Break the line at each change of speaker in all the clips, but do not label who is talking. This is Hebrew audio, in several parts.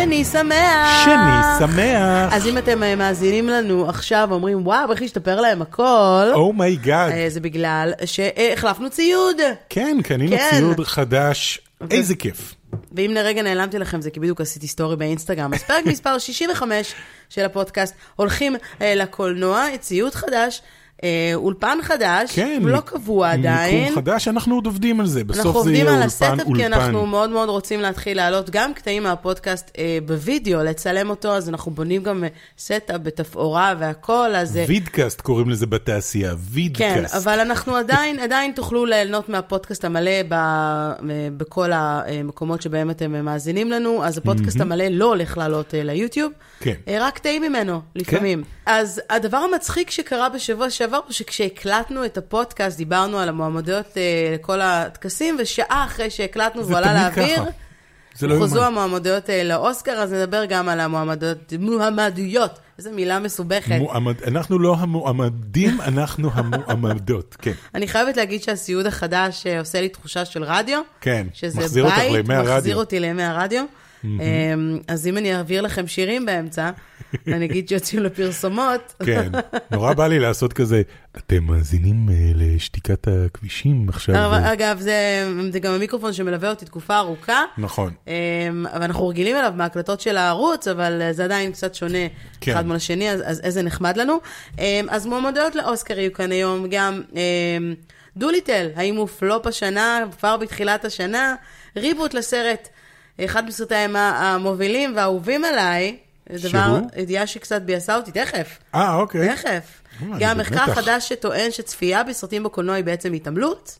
שני שמח.
שני שמח.
אז אם אתם מאזינים לנו עכשיו ואומרים, וואו, איך להשתפר להם הכל.
אומייגאד.
זה בגלל שהחלפנו ציוד.
כן, קנינו ציוד חדש. איזה כיף.
ואם לרגע נעלמתי לכם, זה כי בדיוק עשיתי סטורי באינסטגרם. אז פרק מספר 65 של הפודקאסט, הולכים לקולנוע, ציוד חדש, אולפן חדש, כן, לא קבוע עדיין.
מיקום חדש, אנחנו עוד עובדים על זה.
אנחנו עובדים על הסטאפ, כי אנחנו מאוד מאוד רוצים להתחיל לעלות גם קטעים מהפודקאסט בווידאו, לצלם אותו, אז אנחנו בונים גם סטאפ בתפאורה והכל.
וידקאסט קוראים לזה בתעשייה, וידקאסט.
כן, אבל אנחנו עדיין תוכלו ליהנות מהפודקאסט המלא בכל המקומות שבהם אתם מאזינים לנו, אז הפודקאסט המלא לא הולך לעלות ליוטיוב, רק קטעים ממנו לפעמים. אז הדבר המצחיק שקרה בשבוע שעבר, שכשהקלטנו את הפודקאסט, דיברנו על המועמדויות לכל הטקסים, ושעה אחרי שהקלטנו ועלה לאוויר, חוזו המועמדויות לאוסקר, אז נדבר גם על המועמדויות. איזו מילה מסובכת.
אנחנו לא המועמדים, אנחנו המועמדות, כן.
אני חייבת להגיד שהסיוד החדש עושה לי תחושה של רדיו.
כן,
מחזיר אותך לימי הרדיו. מחזיר אותי לימי הרדיו. אז אם אני אעביר לכם שירים באמצע, אני אגיד שיוצאים לפרסומות.
כן, נורא בא לי לעשות כזה, אתם מאזינים לשתיקת הכבישים עכשיו.
אגב, זה גם המיקרופון שמלווה אותי תקופה ארוכה.
נכון.
אבל אנחנו רגילים אליו מהקלטות של הערוץ, אבל זה עדיין קצת שונה אחד מול השני, אז איזה נחמד לנו. אז מועמדות לאוסקר יהיו כאן היום גם דוליטל, האם הוא פלופ השנה, כבר בתחילת השנה, ריבוט לסרט, אחד מסרטי המובילים והאהובים עליי, זה דבר, ידיעה שקצת ביאסה אותי, תכף.
אוקיי.
תכף. גם מחקר חדש שטוען שצפייה בסרטים בקולנוע היא בעצם התעמלות.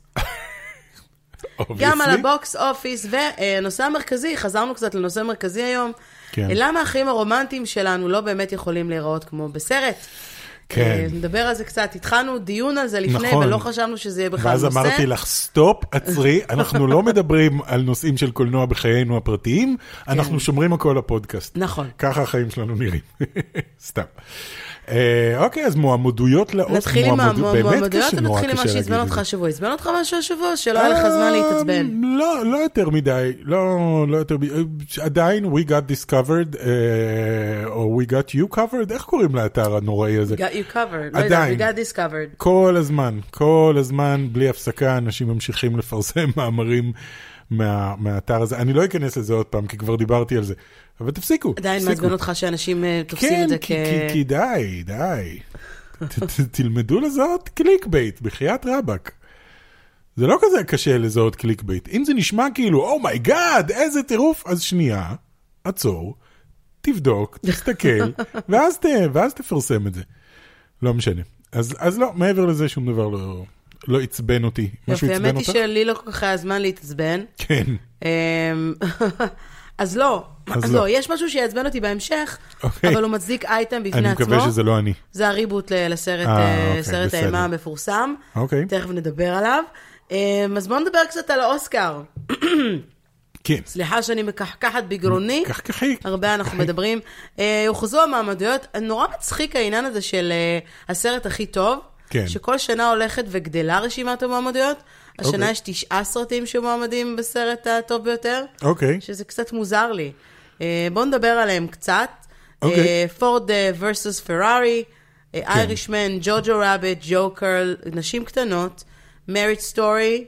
גם על הבוקס אופיס, והנושא המרכזי, חזרנו קצת לנושא המרכזי היום, למה החיים הרומנטיים שלנו לא באמת יכולים להיראות כמו בסרט?
כן.
נדבר על זה קצת, התחלנו דיון על זה לפני, ולא חשבנו שזה יהיה בכלל
נושא. ואז אמרתי לך, סטופ, עצרי, אנחנו לא מדברים על נושאים של קולנוע בחיינו הפרטיים, אנחנו שומרים הכל לפודקאסט.
נכון.
ככה החיים שלנו נראים. סתם. אוקיי, אז מועמדויות לאוסקר.
נתחיל עם המועמדויות, ונתחיל עם מה שעצבן אותך השבוע. עצבן אותך משהו השבוע, שלא היה לך זמן להתעצבן.
לא יותר מדי, לא יותר מדי. עדיין, we got discovered, או we got you covered, איך קוראים לאתר הנוראי הזה?
We got you covered, לא יודע, we got discovered.
כל הזמן, בלי הפסקה, אנשים ממשיכים לפרסם מאמרים מהאתר הזה. אני לא אכנס לזה עוד פעם, כי כבר דיברתי על זה. אבל תפסיקו.
עדיין מעצבן אותך שאנשים תופסים את זה
כי די. תלמדו לזהות קליק בייט, בחיית רבק. זה לא כזה קשה לזהות קליק בייט. אם זה נשמע כאילו, אומייגאד, איזה טירוף, אז שנייה, עצור, תבדוק, תסתכל, ואז תפרסם את זה. לא משנה. אז לא, מעבר לזה שום דבר לא עצבן אותי. משהו עצבן אותך?
האמת היא שלי לא כל כך היה זמן להתעצבן.
כן.
אז לא, יש משהו שיעצבן אותי בהמשך, אבל הוא מצדיק אייטם בפני עצמו.
אני מקווה שזה לא אני.
זה הריבוט לסרט האימה המפורסם. תכף נדבר עליו. אז בואו נדבר קצת על האוסקר.
כן.
סליחה שאני מקחקחת בגרוני. הרבה אנחנו מדברים. הוכרזו המעמדויות. נורא מצחיק העניין הזה של הסרט הכי טוב, שכל שנה הולכת וגדלה רשימת המעמדויות. השנה יש 9 סרטים שמועמדים בסרט הטוב ביותר, שזה קצת מוזר לי. בואו נדבר עליהם קצת. פורד versus פרארי, איירישמן, ג'וג'ו רביט, ג'וקר, נשים קטנות, מריט סטורי,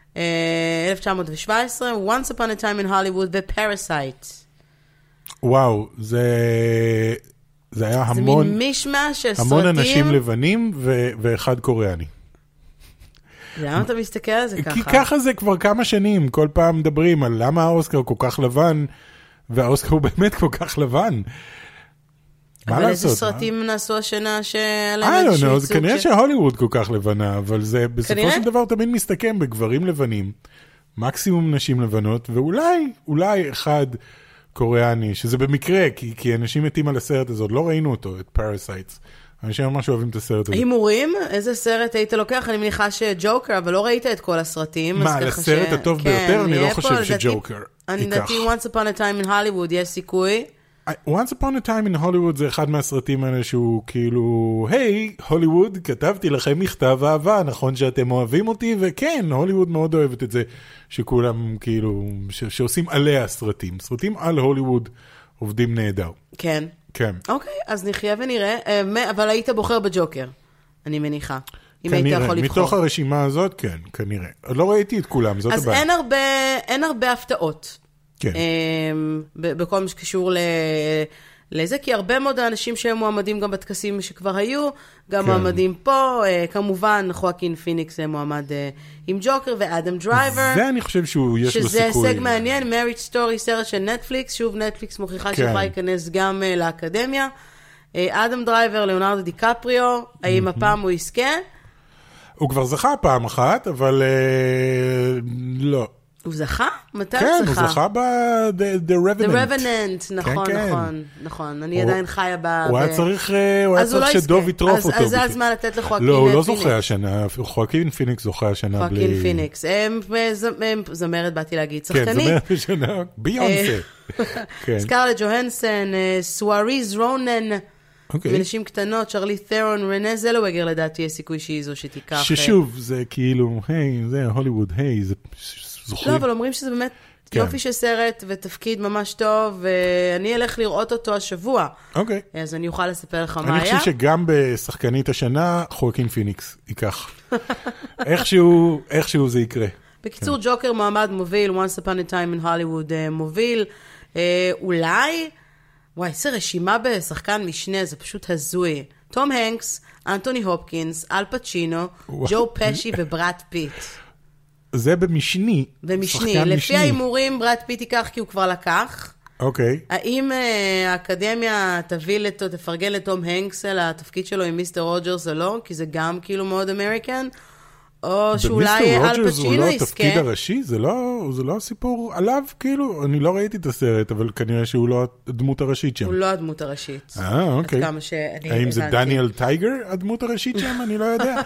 1917, Once Upon a Time in Hollywood ופרסייט.
וואו, זה היה המון,
זה מין משמע של
המון
סרטים.
אנשים לבנים ואחד קוריאני.
למה אתה מסתכל על זה ככה?
כי ככה זה כבר כמה שנים, כל פעם מדברים על למה האוסקר כל כך לבן, והאוסקר הוא באמת כל כך לבן.
אבל איזה סרטים נעשו השנה שעליהם איזשהו ייצוג?
זה כנראה שהוליווד כל כך לבנה, אבל זה בסופו של דבר תמיד מסתכם בגברים לבנים, מקסימום נשים לבנות, ואולי אחד קוריאני, שזה במקרה, כי אנשים מתים על הסרט הזאת, לא ראינו אותו, את פרסייטס. אנשים ממש אוהבים את הסרט הזה.
הימורים? איזה סרט היית לוקח? אני מניחה שג'וקר, אבל לא ראית את כל הסרטים.
מה, לסרט הטוב ביותר? אני לא חושב שג'וקר ייקח.
אני דעתי Once Upon a Time in Hollywood, יש סיכוי.
Once Upon a Time in Hollywood זה אחד מהסרטים האלה שהוא כאילו, היי, הוליווד, כתבתי לכם מכתב אהבה, נכון שאתם אוהבים אותי, וכן, הוליווד מאוד אוהבת את זה, שכולם כאילו, שעושים עליה סרטים על הוליווד, עובדים נהדר.
כן.
כן.
אוקיי, אז נחיה ונראה, אבל היית בוחר בג'וקר, אני מניחה. אם היית יכול לבחור.
מתוך הרשימה הזאת, כן, כנראה. לא ראיתי את כולם, זאת הבעיה.
אז אין הרבה הפתעות.
כן.
בכל מה שקשור לזה, כי הרבה מאוד האנשים שהם מועמדים גם בטקסים שכבר היו, גם מועמדים פה, כמובן, חואקין פיניקס מועמד עם ג'וקר, ואדם דרייבר.
זה אני חושב שיש לו סיכוי.
שזה הישג מעניין, Marriage Story, סרט של נטפליקס, שוב נטפליקס מוכיחה שיכולה להיכנס גם לאקדמיה. אדם דרייבר, ליאונרדו דיקפריו, האם הפעם הוא יזכה?
הוא כבר זכה פעם אחת, אבל לא.
הוא זכה? מתי הוא זכה?
כן, הוא זכה ב-The Revenant.
The Revenant, נכון. אני עדיין חיה
הוא היה צריך שדוב יטרוף אותו.
אז זה הזמן לתת לחואקין
פיניקס.
פיניקס.
לא, הוא לא זוכה השנה. חואקין פיניקס זוכה השנה בלי...
חואקין פיניקס. זמרת, באתי להגיד, שחקנית.
כן, זמרת השנה. ביונסה.
סקרלט ג'והנסון, סואריז רונן. ונשים קטנות, שרלי ת'רון, רנה זלווגר, לדעתי, יש סיכוי שהיא זו שתיקח.
ששוב, זה כאילו, זה הוליווד, זה זוכרים.
לא, אבל אומרים שזה באמת יופי של סרט, ותפקיד ממש טוב, ואני אלך לראות אותו השבוע.
אוקיי.
אז אני אוכל לספר לך מה היה.
אני חושב שגם בשחקנית השנה, חואקין פיניקס ייקח. איכשהו זה יקרה.
בקיצור, ג'וקר מועמד מוביל, Once Upon a Time in Hollywood מוביל, אולי... וואי, זה רשימה בשחקן משנה, זה פשוט הזוי. תום הנקס, אנטוני הופקינס, אל פצ'ינו, ג'ו פשי וברד פיט.
זה במשני.
במשני. לפי האימורים, ברד פיט ייקח כי הוא כבר לקח.
אוקיי.
האם האקדמיה תפרגן לתום הנקס על התפקיד שלו עם מיסטר רוג'רס או לא? כי זה גם כאילו מאוד אמריקן. או שאולי אל פצ'ינו יזכה.
הוא לא התפקיד הראשי? זה לא הסיפור עליו? כאילו, אני לא ראיתי את הסרט, אבל כנראה שהוא לא הדמות הראשית שם.
הוא לא הדמות הראשית.
אוקיי.
עד כמה שאני
האם זה דניאל טייגר, הדמות הראשית שם? אני לא יודע.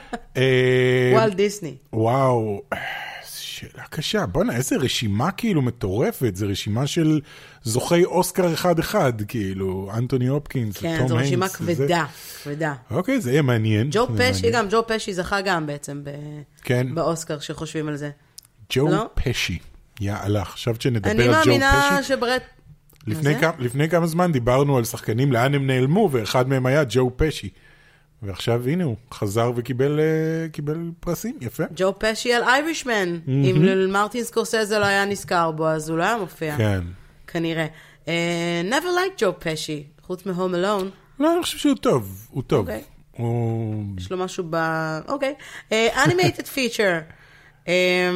וואלט דיסני.
וואו, שאלה קשה. בוא'נה, איזה רשימה כאילו מטורפת. זה רשימה של זוכי אוסקר אחד, כאילו, אנטוני הופקינס,
כן, זו רשימה כבדה.
אוקיי, זה יהיה מעניין.
ג'ו פשי זכה גם בעצם באוסקר שחושבים על זה.
ג'ו פשי. יאללה, חשבת שנדבר על ג'ו פשי?
אני מאמינה שברט...
לפני כמה זמן דיברנו על שחקנים לאן הם נעלמו, ואחד מהם היה ג'ו פשי. ועכשיו הנה הוא חזר וקיבל פרסים, יפה.
ג'ו פשי על איירישמן. אם מרטין סקורסזה לא היה נזכר בו, אז הוא לא היה מופיע.
כן.
כנראה. Never liked ג'ו פשי, חוץ מהום אלון.
לא, אני חושב שהוא טוב. הוא טוב.
יש לו משהו אוקיי. Animated feature.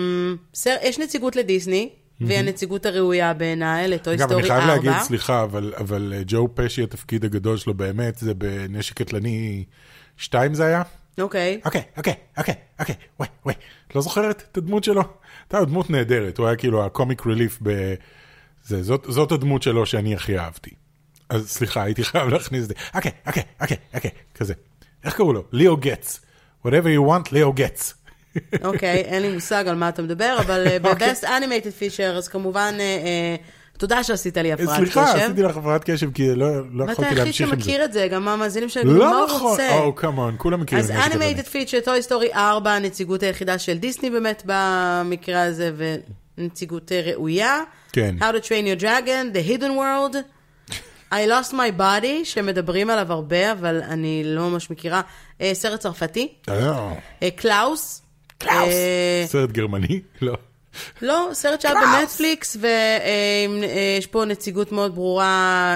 יש נציגות לדיסני, והיא הנציגות הראויה בעיניי, לטוי סטורי 4.
גם אני חייב להגיד, סליחה, אבל ג'ו פשי, התפקיד הגדול שלו באמת, זה בנשק קטלני 2 זה היה?
אוקיי.
וואי, לא זוכרת את הדמות שלו? הייתה דמות נהדרת, הוא היה כאילו הקומיק רליף זאת הדמות שלו שאני הכי אהבתי. אז סליחה, הייתי חייב להכניס את זה. אוקיי, כזה. איך קראו לו? ליאו גטס. Whatever you want, ליאו גטס.
אוקיי, אין לי מושג על מה אתה מדבר, אבל ב-Best Animated Feature, אז כמובן, תודה שעשית לי הפרעת קשב.
סליחה, עשיתי לך הפרעת קשב, כי לא יכולתי להמשיך עם זה.
ואתה היחיד שמכיר את זה, גם המאזינים שלי,
לא נכון, כמובן, כולם מכירים.
אז Animated Feature, טוי סטורי 4, הנציגות היחידה של דיסני באמת במקרה הזה, ונציגות ראויה.
כן.
How to Train Your Dragon, The Hidden World, I Lost My Body, שמדברים עליו הרבה, אבל אני לא ממש מכירה. סרט צרפתי. קלאוס.
סרט גרמני? לא.
לא, סרט שהיה בנטפליקס, ויש פה נציגות מאוד ברורה,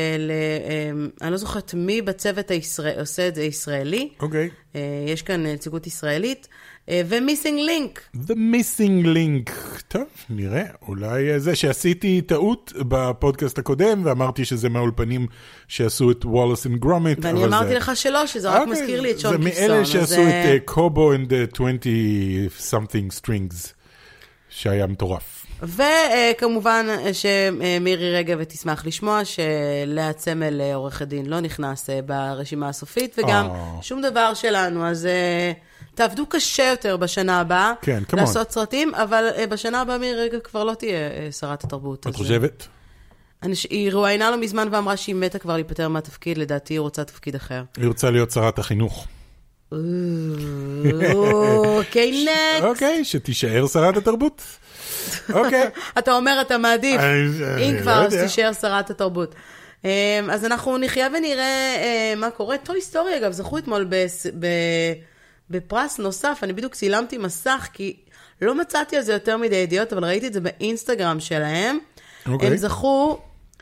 אני לא זוכרת מי בצוות עושה את זה ישראלי.
אוקיי.
יש כאן נציגות ישראלית. ומיסינג לינק.
The Missing Link. טוב, נראה. אולי זה שעשיתי טעות בפודקאסט הקודם, ואמרתי שזה מהאולפנים שעשו את וולאס אנד גרומית.
ואני אמרתי לך שלא, שזה רק מזכיר לי את שון קיפסון.
זה מאלה שעשו את קובו and the 20-something strings, שהיה מטורף.
וכמובן שמירי רגב תשמח לשמוע שלאה צמל עורך הדין לא נכנס ברשימה הסופית, וגם שום דבר שלנו, אז תעבדו קשה יותר בשנה הבאה,
כן,
לעשות סרטים, אבל בשנה הבאה מירי רגב כבר לא תהיה שרת התרבות.
את חושבת?
היא רואיינה לא מזמן ואמרה שהיא מתה כבר להיפטר מהתפקיד, לדעתי היא רוצה תפקיד אחר.
היא רוצה להיות שרת החינוך.
אוקיי, נקסט.
אוקיי, שתישאר שרת התרבות. אוקיי.
אתה אומר, אתה מעדיף. אם כבר, אז
יודע.
תישאר שרת התרבות. אז אנחנו נחיה ונראה מה קורה. טוי סטורי, אגב, זכו אתמול בפרס נוסף. אני בדיוק צילמתי מסך, כי לא מצאתי על זה יותר מדי ידיעות, אבל ראיתי את זה באינסטגרם שלהם.
אוקיי.
הם זכו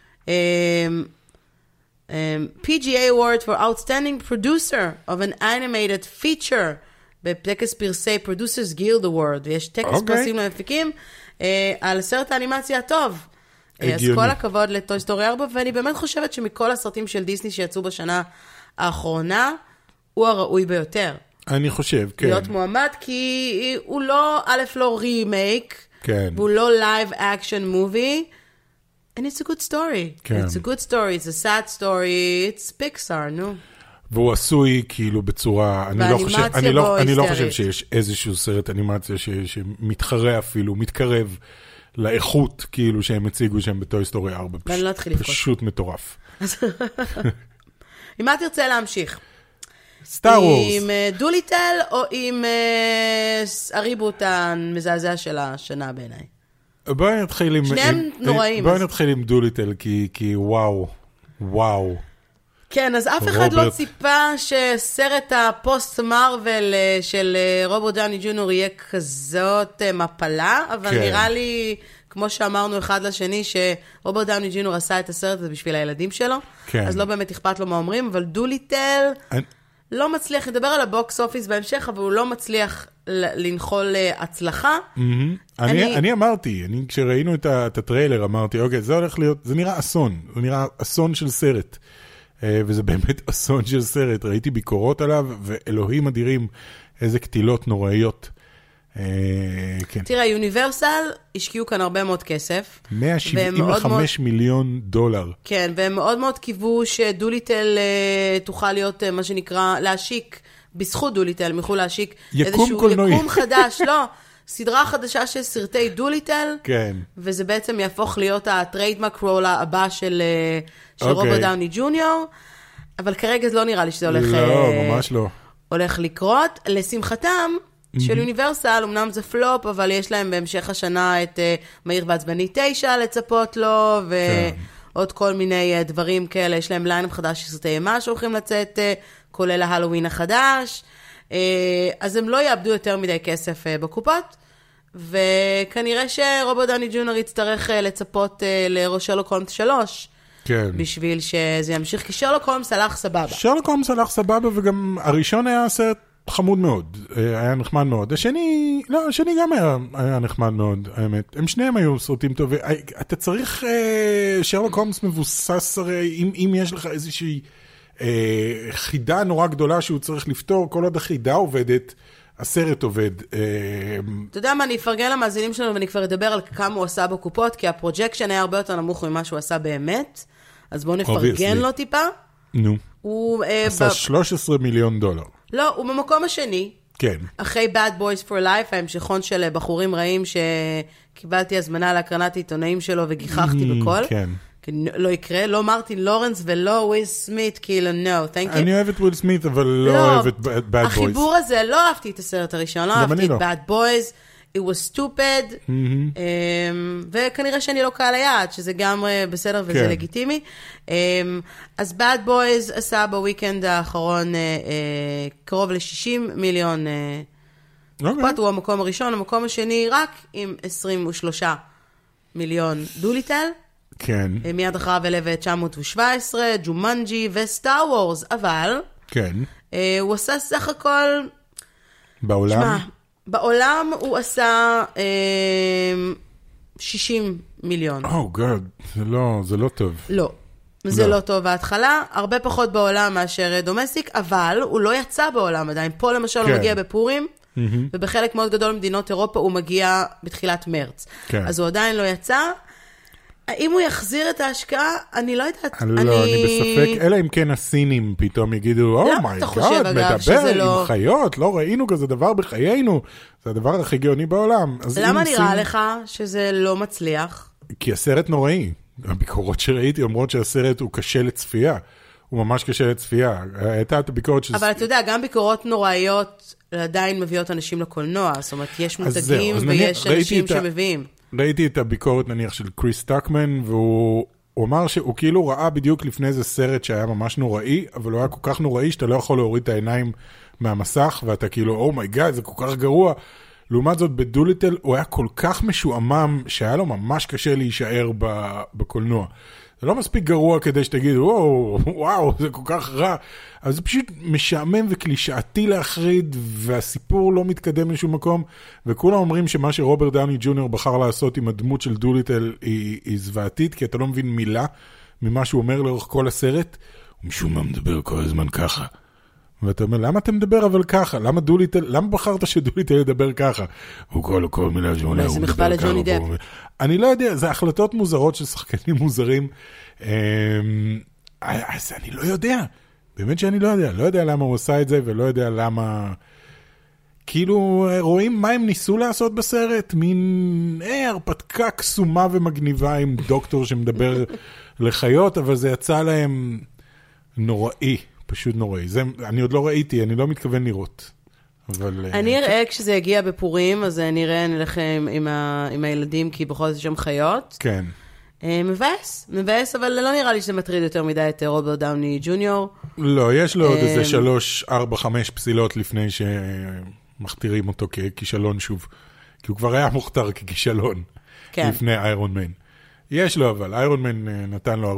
PGA Award for Outstanding Producer of an Animated Feature, בטקס פרסי Producers Guild Award, ויש טקס פרסים למפיקים על סרט האנימציה הטוב. אז כל הכבוד לטוי סטורי 4, ואני באמת חושבת שמכל הסרטים של דיסני שיצאו בשנה האחרונה, הוא הראוי ביותר.
אני חושב, כן.
להיות מועמד, כי הוא לא, א', לא רימייק,
כן.
והוא לא live action movie, and it's a good story.
כן.
It's a good story, it's a sad story, it's Pixar, נו.
והוא עשוי כאילו בצורה, אני לא חושב שיש איזשהו סרט אנימציה שמתחרה אפילו, מתקרב לאיכות כאילו שהם הציגו שהם בטוי סטורי 4.
ואני לא אתחיל לבכות.
פשוט מטורף.
עם מה תרצה להמשיך?
סטאר וורס.
עם דוליטל או עם הריבוט המזעזע של השנה בעיניי?
בואי נתחיל עם...
שניהם נוראים.
בואי נתחיל עם דוליטל, כי וואו.
כן, אז אף אחד לא ציפה שסרט הפוסט מרוול של רוברט דאוני ג'וניור יהיה כזאת מפלה, אבל נראה לי, כמו שאמרנו אחד לשני, שרוברט דאוני ג'וניור עשה את הסרט הזה בשביל הילדים שלו, אז לא באמת אכפת לו מה אומרים, אבל דוליטל לא מצליח, נדבר על הבוקס אופיס בהמשך, אבל הוא לא מצליח לנחול הצלחה.
אני אמרתי, כשראינו את הטריילר, אמרתי, אוקיי, זה הולך להיות, זה נראה אסון של סרט. וזה באמת אסון של סרט. ראיתי ביקורות עליו, ואלוהים אדירים, איזה קטילות נוראיות. כן.
תראה, יוניברסל השקיעו כאן הרבה מאוד כסף.
175 מיליון דולר.
כן, והם מאוד מאוד קיוו שדוליטל תוכל להיות מה שנקרא להשיק, בזכות דוליטל, הם יוכלו להשיק איזשהו יקום חדש, לא, סדרה חדשה של סרטי דוליטל,
כן.
וזה בעצם יהפוך להיות הטריידמרק רול הבא של רוברט דאוני ג'וניור, אבל כרגע זה לא נראה לי שזה הולך...
לא, ממש לא.
הולך לקרות. לשמחתם של יוניברסל, אמנם זה פלופ, אבל יש להם בהמשך השנה את מהיר ועצבני 9 לצפות לו, ועוד כל מיני דברים כאלה. יש להם ליינאפ חדש של סרטי אימה שהולכים לצאת, כולל ההלווין החדש. אז הם לא יאבדו יותר מדי כסף בקופות, וכנראה שרוברט דאוני ג'וניור יצטרך לצפות לשרלוק הולמס 3,
כן.
בשביל שזה ימשיך, כי שרלוק הולמס הלך סבבה.
שרלוק הולמס הלך סבבה, וגם הראשון היה סרט חמוד מאוד, היה נחמד מאוד. השני גם היה נחמד מאוד, האמת. הם שניהם היו סרטים טובים. אתה צריך, שרלוק הולמס מבוסס הרי, אם יש לך איזושהי חידה נורא גדולה שהוא צריך לפתור, כל עוד החידה עובדת, הסרט עובד.
אתה יודע מה, אני אפרגן למאזינים שלנו, ואני כבר אדבר על כמה הוא עשה בקופות, כי הפרוג'קשן היה הרבה יותר נמוך ממה שהוא עשה באמת, אז בואו נפרגן לו טיפה.
נו. הוא עשה 13 מיליון דולר.
לא, הוא במקום השני.
כן.
אחרי Bad Boys for Life, ההמשכון של בחורים רעים, שקיבלתי הזמנה להקרנת עיתונאים שלו, וגיחכתי בכל.
כן.
לא יקרה, לא מרטין לורנס ולא וויל סמית, כאילו, no, thank you.
אני אוהב את וויל סמית, אבל לא אוהב את Bad Boys.
החיבור הזה, לא אהבתי את הסרט הראשון, לא אהבתי את Bad Boys, it was stupid, וכנראה שאני לא קהל היעד, שזה גם בסדר וזה לגיטימי. אז Bad Boys עשה בוויקנד האחרון קרוב ל-60 מיליון קופות, הוא המקום הראשון, המקום השני רק עם 23 מיליון דוליטל.
כן.
מיד אחריו 1917, ג'ומנג'י וסטאר וורס, אבל
כן.
הוא עשה סך הכל...
בעולם?
שמה, בעולם הוא עשה 60 מיליון.
גוד, זה לא טוב.
לא, זה לא טוב בהתחלה, הרבה פחות בעולם מאשר דומסטיק, אבל הוא לא יצא בעולם עדיין. פה למשל הוא מגיע בפורים, ובחלק מאוד גדול ממדינות אירופה הוא מגיע בתחילת מרץ. אז הוא עדיין לא יצא. האם הוא יחזיר את ההשקעה? אני לא יודעת.
לא, אני בספק, אלא אם כן הסינים פתאום יגידו, מי גאד, מדבר עם חיות, לא ראינו כזה דבר בחיינו, זה הדבר הכי גאוני בעולם.
למה נראה לך שזה לא מצליח?
כי הסרט נוראי. הביקורות שראיתי אומרות שהסרט הוא קשה לצפייה. הוא ממש קשה לצפייה. הייתה את הביקורת של...
אבל אתה יודע, גם ביקורות נוראיות עדיין מביאות אנשים לקולנוע. זאת אומרת, יש מותגים ויש אנשים שמביאים.
ראיתי את הביקורת נניח של קריס טאקמן, והוא אמר שהוא כאילו ראה בדיוק לפני איזה סרט שהיה ממש נוראי, אבל הוא היה כל כך נוראי שאתה לא יכול להוריד את העיניים מהמסך, ואתה כאילו, אומייגאד, זה כל כך גרוע. לעומת זאת, בדוליטל הוא היה כל כך משועמם, שהיה לו ממש קשה להישאר בקולנוע. זה לא מספיק גרוע כדי שתגיד, וואו, זה כל כך רע. אבל זה פשוט משעמם וקלישאתי להחריד, והסיפור לא מתקדם לשום מקום, וכולם אומרים שמה שרוברט דאוני ג'וניור בחר לעשות עם הדמות של דוליטל היא זוועתית, כי אתה לא מבין מילה ממה שהוא אומר לאורך כל הסרט, הוא משום מה מדבר כל הזמן ככה. ואתה אומר, למה אתה מדבר אבל ככה? למה בחרת שדוליטל ידבר ככה? הוא כל מילה שהוא אומר,
זה מחווה לג'וני דפ.
אני לא יודע, זה החלטות מוזרות של שחקנים מוזרים. אז אני לא יודע. באמת שאני לא יודע. לא יודע למה הוא עושה את זה, ולא יודע למה... כאילו, רואים מה הם ניסו לעשות בסרט? מין הרפתקה קסומה ומגניבה עם דוקטור שמדבר לחיות, אבל זה יצא להם נוראי. פשוט נוראי. אני עוד לא ראיתי, אני לא מתכוון לראות.
אני אראה כשזה יגיע בפורים, אז אני נלך עם הילדים, כי בכל זאת יש שם חיות.
כן.
מבאס, אבל לא נראה לי שזה מטריד יותר מדי את רוברט דאוני ג'וניור.
לא, יש לו עוד איזה 3, 4, 5 פסילות לפני שמכתירים אותו ככישלון שוב. כי הוא כבר היה מוכתר ככישלון. כן. לפני איירון מן. יש לו אבל, איירון מן נתן לו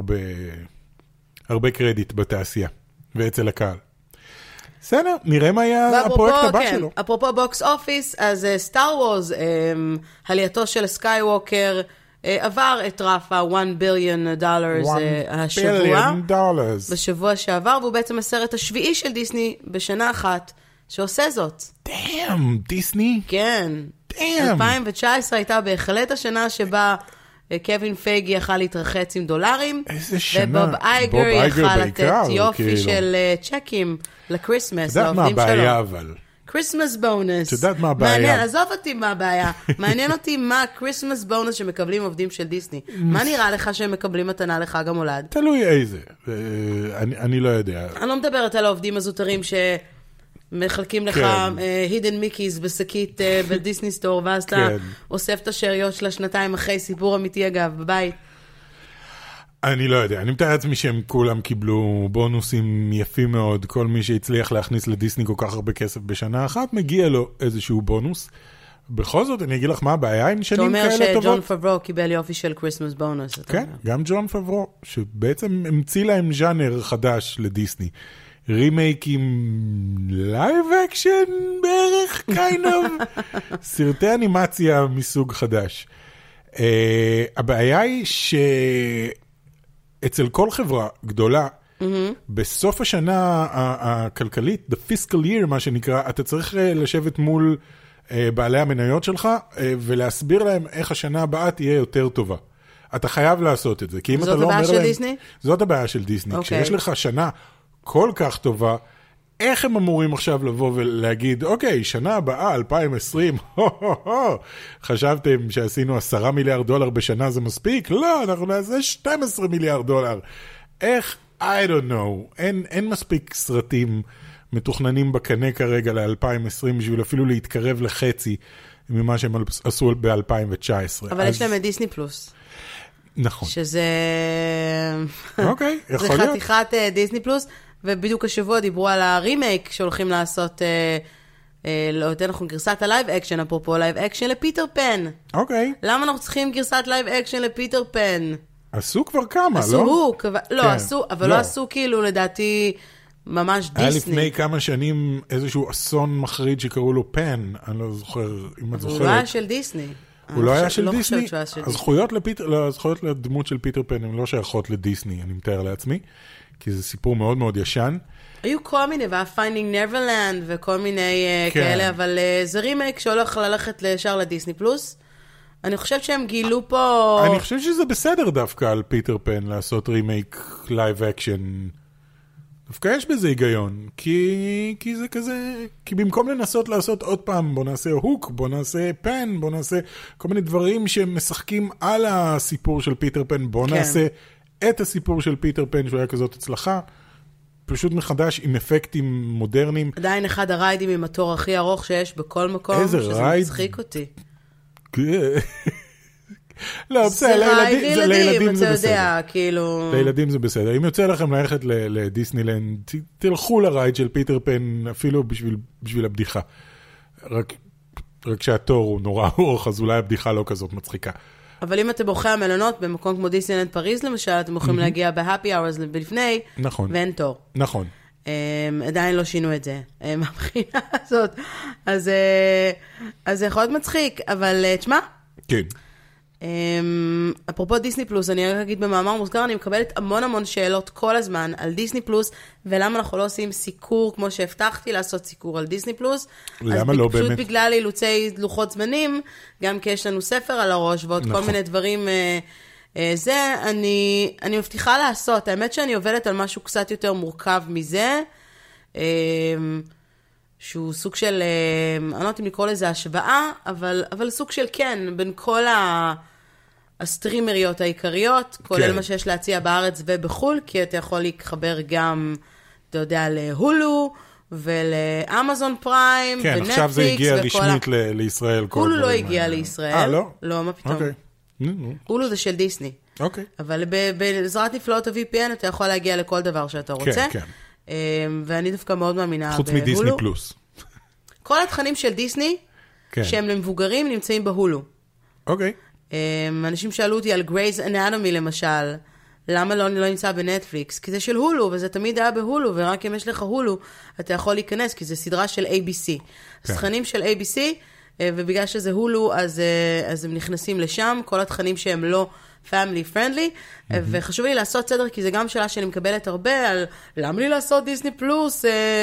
הרבה קרדיט בתעשייה. ואצל הקהל. בסדר, נראה מה היה הפרויקט הבא שלו.
אפרופו בוקס אופיס, אז סטאר וורז, עלייתו של סקייווקר, עבר את רף $1 ביליון השבוע. בשבוע שעבר, והוא בעצם הסרט השביעי של דיסני בשנה אחת, שעושה זאת.
דאם, דיסני?
כן. 2019 הייתה בהחלט השנה שבה... קווין פייגי יכל להתרחץ עם דולרים.
איזה שנה.
ובוב אייגר יכל לתת יופי של צ'קים לקריסמס.
תדעת מה הבעיה אבל.
קריסמס בונוס.
תדעת מה הבעיה.
מעניין, עזוב אותי מה הבעיה. מעניין אותי מה הקריסמס בונוס שמקבלים עובדים של דיסני. מה נראה לך שהם מקבלים מתנה לחג המולד?
תלוי איזה. אני לא יודע.
אני לא מדברת על העובדים הזוטרים מחלקים לך הידן מיקיז בשקית בדיסני סטור, ואז אתה אוסף את השאריות של השנתיים אחרי סיפור אמיתי אגב, בבית.
אני לא יודע, אני מתאר לעצמי שהם כולם קיבלו בונוסים יפים מאוד, כל מי שהצליח להכניס לדיסני כל כך הרבה כסף בשנה אחת, מגיע לו איזשהו בונוס. בכל זאת, אני אגיד לך מה הבעיה עם שנים כאלה טובות.
אתה אומר שג'ון פברו קיבל יופי של קריסמס בונוס.
כן, גם ג'ון פברו, שבעצם המציא להם ז'אנר חדש לדיסני. רימייקים לייב אקשן בערך, kind of. סרטי אנימציה מסוג חדש. הבעיה היא שאצל כל חברה גדולה, בסוף השנה הכלכלית, the fiscal year, מה שנקרא, אתה צריך לשבת מול בעלי המניות שלך, ולהסביר להם איך השנה הבאה תהיה יותר טובה. אתה חייב לעשות את זה.
זאת הבעיה של דיסני?
זאת הבעיה של דיסני. כשיש לך שנה כל כך טובה, איך הם אמורים עכשיו לבוא ולהגיד, אוקיי, שנה הבאה, 2020, חשבתם שעשינו $10 מיליארד בשנה, זה מספיק? לא, אנחנו נעשה $12 מיליארד. איך? I don't know. אין מספיק סרטים מתוכננים בקנה כרגע ל-2020, בשביל אפילו להתקרב לחצי ממה שהם עשו ב-2019.
אבל יש להם את דיסני פלוס.
נכון.
שזה...
אוקיי, יכול להיות.
זה חתיכת דיסני פלוס, ובדיוק השבוע דיברו על הרימייק שהולכים לעשות, לא יודע, אנחנו גרסת הלייב אקשן, אפרופו לייב אקשן לפיטר פן.
אוקיי.
למה אנחנו צריכים גרסת לייב אקשן לפיטר פן?
עשו כבר כמה,
לא? לא, עשו, אבל לא עשו כאילו לדעתי ממש דיסני.
היה לפני כמה שנים איזשהו אסון מחריד שקראו לו פן, אני לא זוכר, אם את זוכרת.
הוא לא היה של דיסני.
הוא לא היה של דיסני? הזכויות לדמות של פיטר פן הן לא שייכות לדיסני, אני מתאר לעצמי, כי זה סיפור מאוד מאוד ישן.
היו כל מיני, והיה פיינדינג נברלנד וכל מיני כאלה, אבל זה רימייק שהולך ללכת ישר לדיסני פלוס. אני חושבת שהם גילו פה...
אני חושב שזה בסדר דווקא על פיטר פן לעשות רימייק לייב אקשן. דווקא יש בזה היגיון, כי זה כזה, כי במקום לנסות לעשות עוד פעם, בוא נעשה הוק, בוא נעשה פן, בוא נעשה כל מיני דברים שמשחקים על הסיפור של פיטר פן, בוא נעשה את הסיפור של פיטר פן, שהוא היה כזאת הצלחה, פשוט מחדש עם אפקטים מודרניים.
עדיין אחד הריידים עם התור הכי ארוך שיש בכל מקום,
איזה
שזה
רייד?
מצחיק אותי.
לא, בסדר, לילדים זה בסדר.
כאילו...
לילדים זה בסדר. אם יוצא לכם ללכת לדיסנילנד, תלכו לרייד של פיטר פן, אפילו בשביל הבדיחה. רק שהתור הוא נורא ארוך, אז אולי הבדיחה לא כזאת מצחיקה.
אבל אם אתם בוחרי המלונות, במקום כמו דיסנילנד פריז למשל, אתם יכולים להגיע בהפי אאורס לפני, ואין תור.
נכון.
עדיין לא שינו את זה, מהבחינה הזאת. אז זה יכול להיות מצחיק, אבל תשמע.
כן.
אפרופו דיסני פלוס, אני רק אגיד במאמר מוסגר, אני מקבלת המון שאלות כל הזמן על דיסני פלוס, ולמה אנחנו לא עושים סיקור, כמו שהבטחתי לעשות סיקור על דיסני פלוס.
למה לא באמת?
פשוט בגלל אילוצי לוחות זמנים, גם כי יש לנו ספר על הראש, ועוד כל מיני דברים, אני מבטיחה לעשות. האמת שאני עובדת על משהו קצת יותר מורכב מזה, שהוא סוג של, אני לא יודעת אם לקרוא לזה השוואה, אבל סוג של כן, בין כל הסטרימריות העיקריות, כולל מה שיש להציע בארץ ובחול, כי אתה יכול להתחבר גם, אתה יודע, להולו, ולאמזון פריים,
כן,
ונטפליקס,
עכשיו זה הגיע רשמית לישראל.
הולו לא הגיע לישראל.
לא?
לא, מה פתאום. הולו זה של דיסני.
אוקיי.
אבל בעזרת נפלאות ה-VPN אתה יכול להגיע לכל דבר שאתה רוצה.
כן, כן.
ואני דווקא מאוד מאמינה
חוץ מדיסני פלוס.
כל התכנים של דיסני, שהם למבוגרים, נמצאים בהולו.
אוקיי.
אנשים שאלו אותי על גרייז אנטומי למשל, למה לא נמצא בנטפליקס? כי זה של הולו, וזה תמיד היה בהולו, ורק אם יש לך הולו, אתה יכול להיכנס, כי זה סדרה של ABC. אז תכנים של ABC, ובגלל שזה הולו, אז הם נכנסים לשם, כל התכנים שהם לא family friendly, וחשוב לי לעשות סדר, כי זה גם שאלה שאני מקבלת הרבה, על למה לי לעשות דיסני פלוס,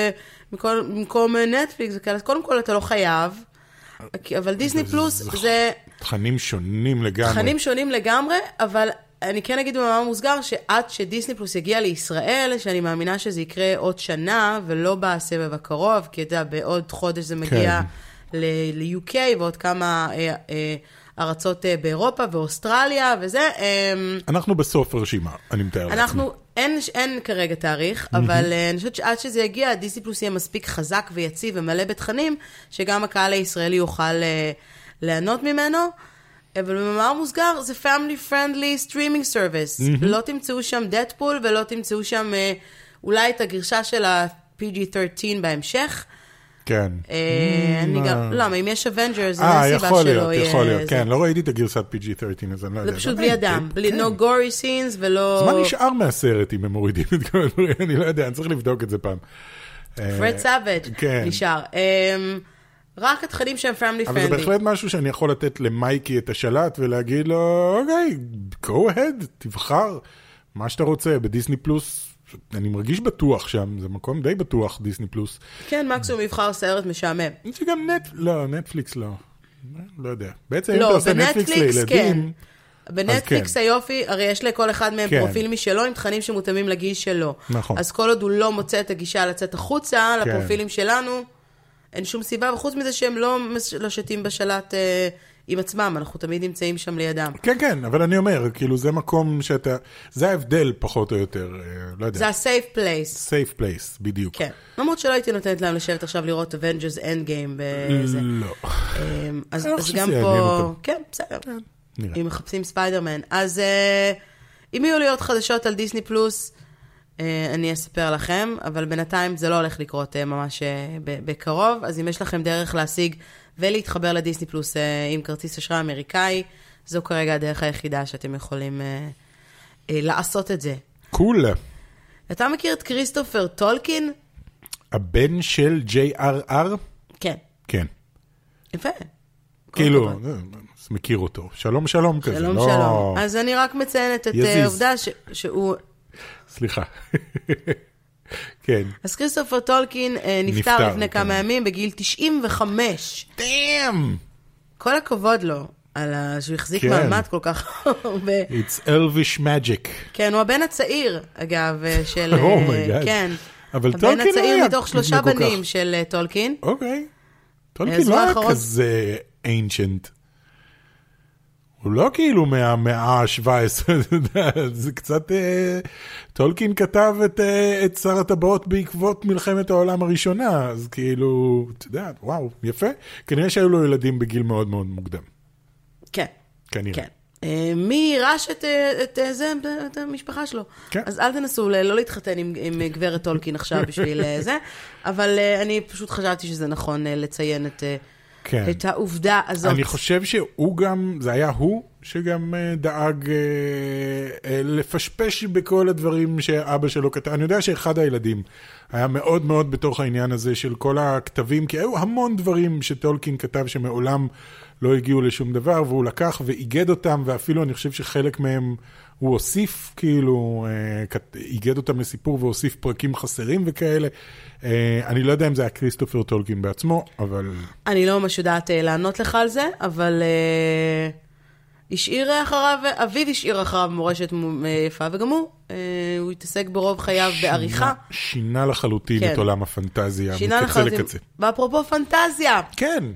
במקום נטפליקס, קודם כל אתה לא חייב, אבל דיסני פלוס זה...
תכנים שונים לגמרי.
תכנים שונים לגמרי, אבל אני כן אגיד במאמר מוסגר, שעד שדיסני פלוס יגיע לישראל, שאני מאמינה שזה יקרה עוד שנה, ולא בסבב הקרוב, כי אתה יודע, בעוד חודש זה מגיע ל-UK, ועוד כמה ארצות באירופה ואוסטרליה, וזה...
אנחנו בסוף הרשימה, אני מתאר לעצמי.
אין כרגע תאריך, אבל אני חושבת שעד שזה יגיע, דיסני פלוס יהיה מספיק חזק ויציב ומלא בתכנים, שגם הקהל הישראלי יוכל ליהנות ממנו, אבל במאמר מוסגר זה family friendly streaming service. לא תמצאו שם דדפול, ולא תמצאו שם אולי את הגרשה של ה-PG-13 בהמשך.
כן.
אני גם, למה, אם יש אבנג'רס, אין סיבה שלא יהיה...
יכול להיות, כן, לא ראיתי את הגרסת PG-13, אז אני לא יודע.
זה פשוט בלי אדם, no gory scenes ולא...
אז מה נשאר מהסרט אם הם מורידים את כל הדברים? אני לא יודע, אני צריך לבדוק את זה פעם.
פרד סאבג' נשאר. רק התכנים שהם family friendly.
אבל זה בהחלט משהו שאני יכול לתת למייקי את השלט ולהגיד לו, אוקיי, go ahead, תבחר מה שאתה רוצה. בדיסני פלוס, אני מרגיש בטוח שם, זה מקום די בטוח, דיסני פלוס.
כן, מקסימום יבחר סרט משעמם.
זה גם נטפליקס לא. לא יודע. בעצם אם אתה עושה נטפליקס לילדים...
בנטפליקס היופי, הרי יש לכל אחד מהם פרופיל משלו, עם תכנים שמותאמים לגיל שלו.
נכון.
אז כל עוד הוא לא מוצא את הגישה לצאת החוצה, לפרופילים שלנו, אין שום סיבה, וחוץ מזה שהם לא שתים בשלט עם עצמם, אנחנו תמיד נמצאים שם לידם.
כן, כן, אבל אני אומר, כאילו זה מקום שאתה, זה ההבדל פחות או יותר, לא יודע.
זה ה-safe place.
safe place, בדיוק.
כן. למרות שלא הייתי נותנת להם לשבת עכשיו לראות Avengers Endgame בזה.
לא.
אז גם פה, כן, בסדר. אם מחפשים ספיידרמן. אז אם יהיו לי עוד חדשות על דיסני פלוס, אני אספר לכם, אבל בינתיים זה לא הולך לקרות ממש בקרוב, אז אם יש לכם דרך להשיג ולהתחבר לדיסני פלוס עם כרטיס אשראי אמריקאי, זו כרגע הדרך היחידה שאתם יכולים לעשות את זה.
קול.
אתה מכיר את כריסטופר טולקין?
הבן של J.R.R?
כן.
כן.
יפה.
כאילו, מכיר אותו. שלום שלום כזה.
שלום שלום. אז אני רק מציינת את העובדה שהוא...
סליחה. כן.
אז כריסטופר טולקין נפטר לפני כמה ימים בגיל 95.
דאם!
כל הכבוד לו, על שהוא החזיק מעמד כל כך הרבה.
It's elvish magic.
כן, הוא הבן הצעיר, אגב, של... כן.
אבל טולקין
הבן הצעיר מתוך 3 בנים של טולקין.
אוקיי. טולקין לא היה כזה ancient. הוא לא כאילו מהמאה ה-17, זה קצת... טולקין כתב את שר הטבעות בעקבות מלחמת העולם הראשונה, אז כאילו, אתה יודע, וואו, יפה. כנראה שהיו לו ילדים בגיל מאוד מאוד מוקדם.
כן.
כנראה.
כן. מי יירש את המשפחה שלו.
כן.
אז אל תנסו לא להתחתן עם גברת טולקין עכשיו בשביל זה, אבל אני פשוט חשבתי שזה נכון לציין את העובדה הזאת.
אני חושב שהוא גם, זה היה הוא שגם דאג לפשפש בכל הדברים שאבא שלו כתב. אני יודע שאחד הילדים היה מאוד מאוד בתוך העניין הזה של כל הכתבים, כי היו המון דברים שטולקין כתב שמעולם לא הגיעו לשום דבר, והוא לקח ואיגד אותם, ואפילו אני חושב שחלק מהם הוא הוסיף, כאילו, איגד אותם לסיפור והוסיף פרקים חסרים וכאלה. אני לא יודע אם זה היה כריסטופר טולקין בעצמו, אבל... אני
לא ממש יודעת לענות לך על זה, אבל אביו השאיר אחריו מורשת יפה, וגם הוא התעסק ברוב חייו בעריכה.
שינה לחלוטין את עולם הפנטזיה,
מקצה לקצה. ואפרופו פנטזיה.
כן.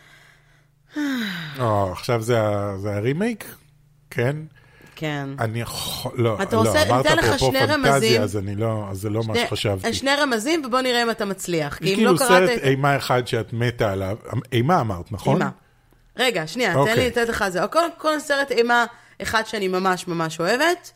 עכשיו זה הרימייק? כן?
כן.
אני יכול... לא,
אמרת אפרופו פנטזיה,
אז זה לא מה שחשבתי.
שני רמזים, ובוא נראה אם אתה מצליח.
יש כאילו סרט אימה אחד שאת מתה עליו. אימה אמרת, נכון? אימה.
רגע, שנייה, תן לי לתת לך זה. כל סרט אימה אחד שאני ממש ממש אוהבת,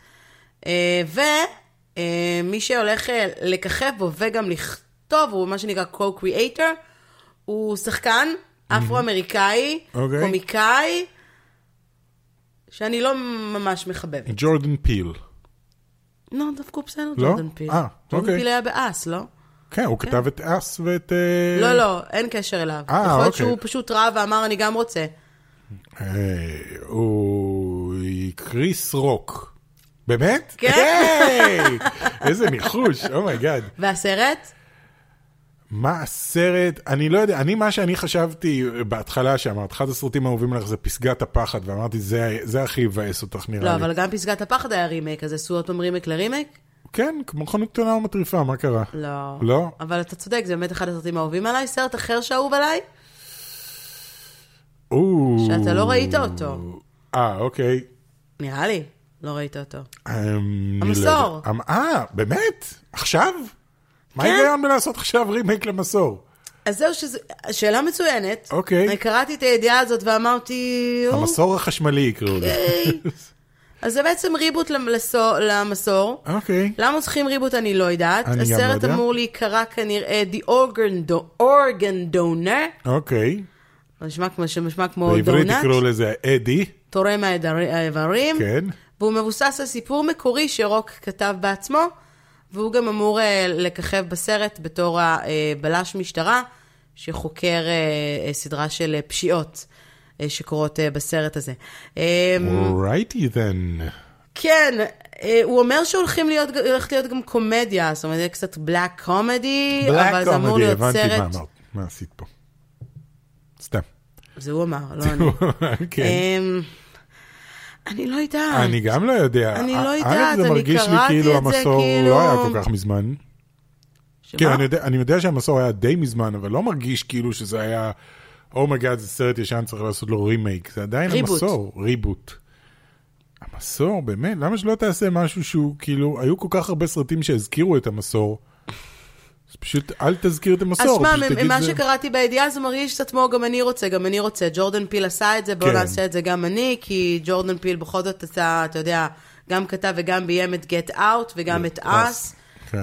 ומי שהולך לככב בו וגם לכתוב, הוא מה שנקרא co-creator, הוא שחקן אפרו-אמריקאי, קומיקאי, שאני לא ממש מחבבת.
ג'ורדן פיל.
לא, דווקא הוא בסדר, ג'ורדן פיל. ג'ורדן פיל היה באס, לא?
כן, הוא כתב את אס ואת...
לא, אין קשר אליו. יכול להיות שהוא פשוט רע ואמר, אני גם רוצה.
הוא קריס רוק. באמת?
כן.
איזה ניחוש, אומייגאד.
והסרט?
מה הסרט? אני לא יודע, מה שאני חשבתי בהתחלה שאמרת, אחד הסרטים האהובים עליך זה פסגת הפחד, ואמרתי, זה הכי יבאס אותך נראה לי.
לא, אבל גם פסגת הפחד היה רימייק, אז עשו עוד פעם רימייק לרימייק?
כן, כמו חנות קטנה ומטריפה, מה קרה?
לא.
לא?
אבל אתה צודק, זה באמת אחד הסרטים האהובים עליי, סרט אחר שאהוב עליי? שאתה לא ראית אותו.
אוקיי.
נראה לי, לא ראית אותו. המסור.
באמת? עכשיו? מה ההיגיון בלעשות עכשיו רימייק למסור?
אז זהו, שאלה מצוינת.
אוקיי.
אני קראתי את הידיעה הזאת ואמרתי...
המסור החשמלי יקראו לי.
אז זה בעצם ריבוט למסור.
אוקיי.
למה צריכים ריבוט אני לא יודעת. הסרט אמור להיקרא כנראה The Organ Donor.
אוקיי.
נשמע כמו דונט.
בעברית יקראו לזה אדי.
תורם האיברים.
כן.
והוא מבוסס על סיפור מקורי שרוק כתב בעצמו, והוא גם אמור לככב בסרט בתור הבלש משטרה, שחוקר סדרה של פשיעות שקורות בסרט הזה.
Righty then.
כן, הוא אומר שהולכת להיות גם קומדיה, זאת אומרת, קצת בלק קומדי, אבל זה אמור להיות סרט...
הבנתי מה אמרת, מה עשית פה. סתם.
זה הוא אמר, לא אני.
כן.
אני לא יודעת.
אני גם לא יודע.
אני לא יודעת,
זה מרגיש לי כאילו המסור לא היה כל כך מזמן. כן, אני יודע שהמסור היה די מזמן, אבל לא מרגיש כאילו שזה היה, אומייגאד, זה סרט ישן, צריך לעשות לו רימייק. זה עדיין המסור, ריבוט. המסור, באמת? למה שלא תעשה משהו שהוא, כאילו, היו כל כך הרבה סרטים שהזכירו את המסור. אז פשוט אל תזכיר את המסור.
אז מה שקראתי בידיעה זה מרגיש קצת כמו גם אני רוצה. ג'ורדן פיל עשה את זה, בואו נעשה את זה גם אני, כי ג'ורדן פיל בכל זאת עשה, אתה יודע, גם כתב וגם ביים את Get Out וגם את Us.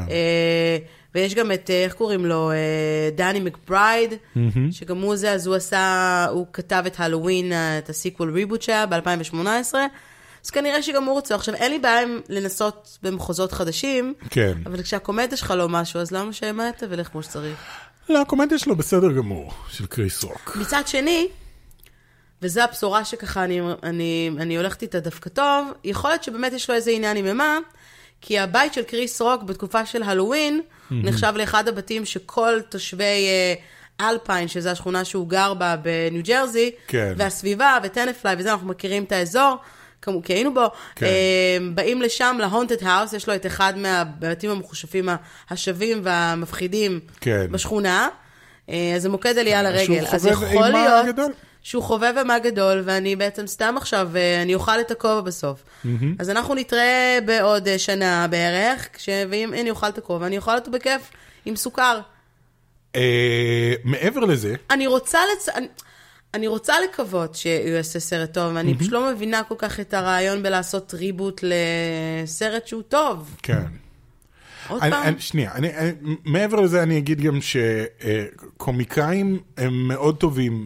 ויש גם את, איך קוראים לו, דני מקברייד, שגם הוא זה, אז הוא כתב את הלווין, את הסיקוול ריבוט שהיה ב-2018, אז כנראה שגם הוא רוצה. עכשיו, אין לי בעיה לנסות במחוזות חדשים,
כן.
אבל כשהקומדיה שלך לא משהו, אז למה שהמעת ולך כמו שצריך?
לא, הקומדיה שלו בסדר גמור, של קריס רוק.
מצד שני, וזו הבשורה שככה אני הולכת איתה דווקא טוב, יכול להיות שבאמת יש לו איזה עניין עם אמה, כי הבית של קריס רוק בתקופה של הלווין, נחשב לאחד הבתים שכל תושבי אלפיין, שזו השכונה שהוא גר בה בניו ג'רזי,
כן.
והסביבה וטנפליי, וזה אנחנו מכירים את האזור, כי היינו בו, כן. באים לשם, להונטד האוס, יש לו את אחד מהבתים המחושפים השווים והמפחידים כן. בשכונה, אז זה מוקד עלייה לרגל. אז יכול להיות שהוא חובב אימה גדול, ואני בעצם סתם עכשיו, אני אוכל את הכובע בסוף. אז אנחנו נתראה בעוד שנה בערך, ואם אני אוכל את הכובע, אני אוכל אותו בכיף עם סוכר.
מעבר לזה...
אני רוצה לקוות שהוא יעשה סרט טוב, ואני פשוט לא מבינה כל כך את הרעיון בלעשות ריבוט לסרט שהוא טוב.
כן.
עוד פעם?
שנייה, מעבר לזה אני אגיד גם שקומיקאים הם מאוד טובים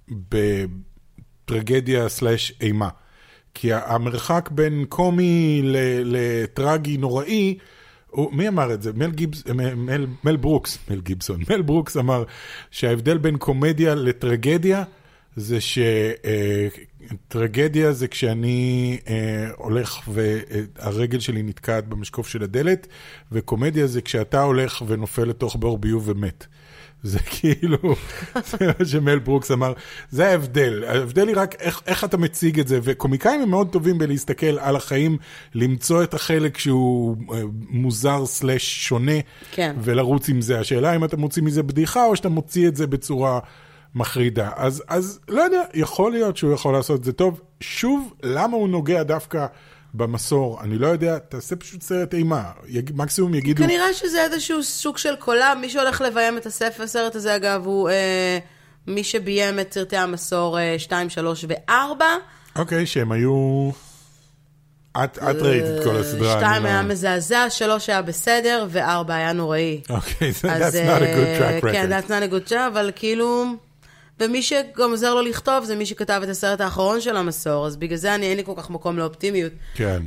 בטרגדיה סלש אימה. כי המרחק בין קומי לטרגי נוראי, מי אמר את זה? מל ברוקס אמר שההבדל בין קומדיה לטרגדיה, זה שטרגדיה זה כשאני הולך והרגל שלי נתקעת במשקוף של הדלת, וקומדיה זה כשאתה הולך ונופל לתוך בור ביוב ומת. זה כאילו, זה מה שמל ברוקס אמר, זה ההבדל. ההבדל היא רק איך אתה מציג את זה, וקומיקאים הם מאוד טובים בלהסתכל על החיים, למצוא את החלק שהוא מוזר סלש שונה,
כן.
ולרוץ עם זה. השאלה אם אתה מוציא מזה בדיחה, או שאתה מוציא את זה בצורה מחרידה. אז לא יודע, יכול להיות שהוא יכול לעשות את זה טוב. שוב, למה הוא נוגע דווקא במסור? אני לא יודע, תעשה פשוט סרט אימה. מקסימום יגידו...
כנראה שזה איזשהו סוג של קולה. מי שהולך לביים את הסרט הזה, אגב, הוא מי שביים את סרטי המסור 2, 3 ו-4.
אוקיי, שהם היו... את ראית את כל הסדרה.
2 היה מזעזע, 3 היה בסדר, ו-4 היה נוראי.
אוקיי, that's not a good track record.
כן, that's not a good job, אבל כאילו... ומי שגם עוזר לו לכתוב, זה מי שכתב את הסרט האחרון של המסור, אז בגלל זה אין לי כל כך מקום לאופטימיות.
כן.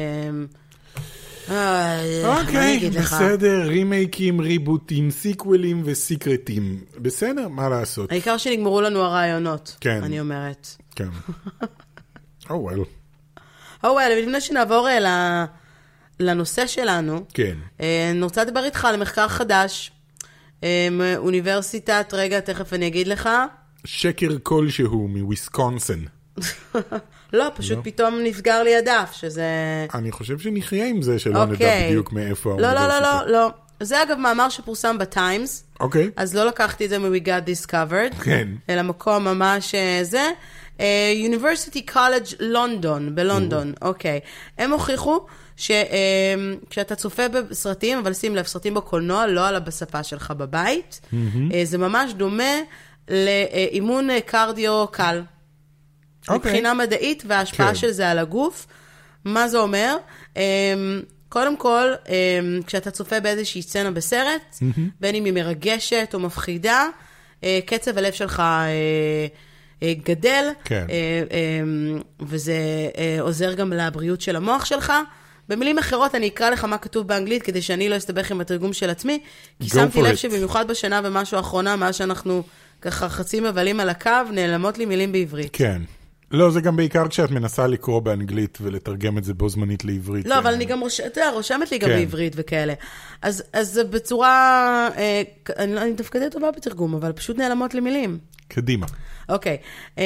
אוקיי, בסדר, רימייקים, ריבוטים, סיקוולים וסיקרטים. בסדר, מה לעשות?
העיקר שנגמרו לנו הרעיונות,
כן.
אני אומרת.
כן. well.
לפני שנעבור לנושא שלנו,
כן.
אני רוצה לדבר איתך על מחקר חדש, אוניברסיטת, רגע, תכף אני אגיד לך.
שקר כלשהו מוויסקונסין.
לא, פשוט פתאום נסגר לי הדף, שזה...
אני חושב שנחיה עם זה שלא נדע בדיוק מאיפה האוניברסיטה.
לא. זה אגב מאמר שפורסם בטיימס.
אוקיי.
אז לא לקחתי את זה מ-We Got Discovered.
כן.
אלא מקום ממש זה. University College London, בלונדון. אוקיי. הם הוכיחו שכשאתה צופה בסרטים, אבל שים לב, סרטים בקולנוע, לא על בשפה שלך בבית, זה ממש דומה לאימון קרדיו קל. מבחינה מדעית וההשפעה של זה על הגוף. מה זה אומר? קודם כל, כשאתה צופה באיזושהי סצנה בסרט, בין אם היא מרגשת או מפחידה, קצב הלב שלך גדל, וזה עוזר גם לבריאות של המוח שלך. במילים אחרות, אני אקרא לך מה כתוב באנגלית, כדי שאני לא אסתבך עם התרגום של עצמי, כי שמתי לב שבמיוחד בשנה ומשהו האחרונה, מאז שאנחנו ככה חצי מבלים על הקו, נעלמות לי מילים בעברית.
כן. לא, זה גם בעיקר כשאת מנסה לקרוא באנגלית ולתרגם את זה בו זמנית לעברית.
לא, אבל אני גם רושמת לי גם בעברית וכאלה. אז בצורה, אני דווקא די טובה בתרגום, אבל פשוט נעלמות לי מילים.
קדימה.
אוקיי.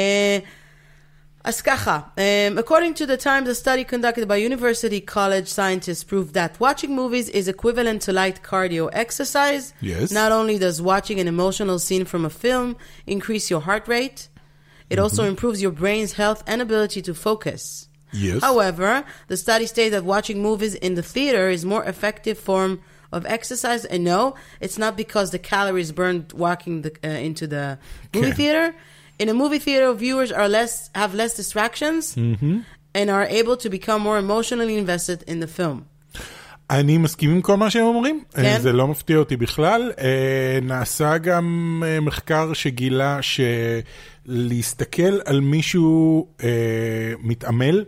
אז ככה, according to the Times, a study conducted by University College scientists proved that watching movies is equivalent to light cardio exercise.
Yes.
Not only does watching an emotional scene from a film increase your heart rate, it also improves your brain's health and ability to focus.
Yes.
However, the study states that watching movies in the theater is more effective form of exercise. And no, it's not because the calories burned walking into the movie theater. In a movie theater, viewers have less distractions and are able to become more emotionally invested in the film.
אני מסכים עם כל מה שהם אומרים,
כן?
זה לא מפתיע אותי בכלל. נעשה גם מחקר שגילה שלהסתכל על מישהו מתעמל,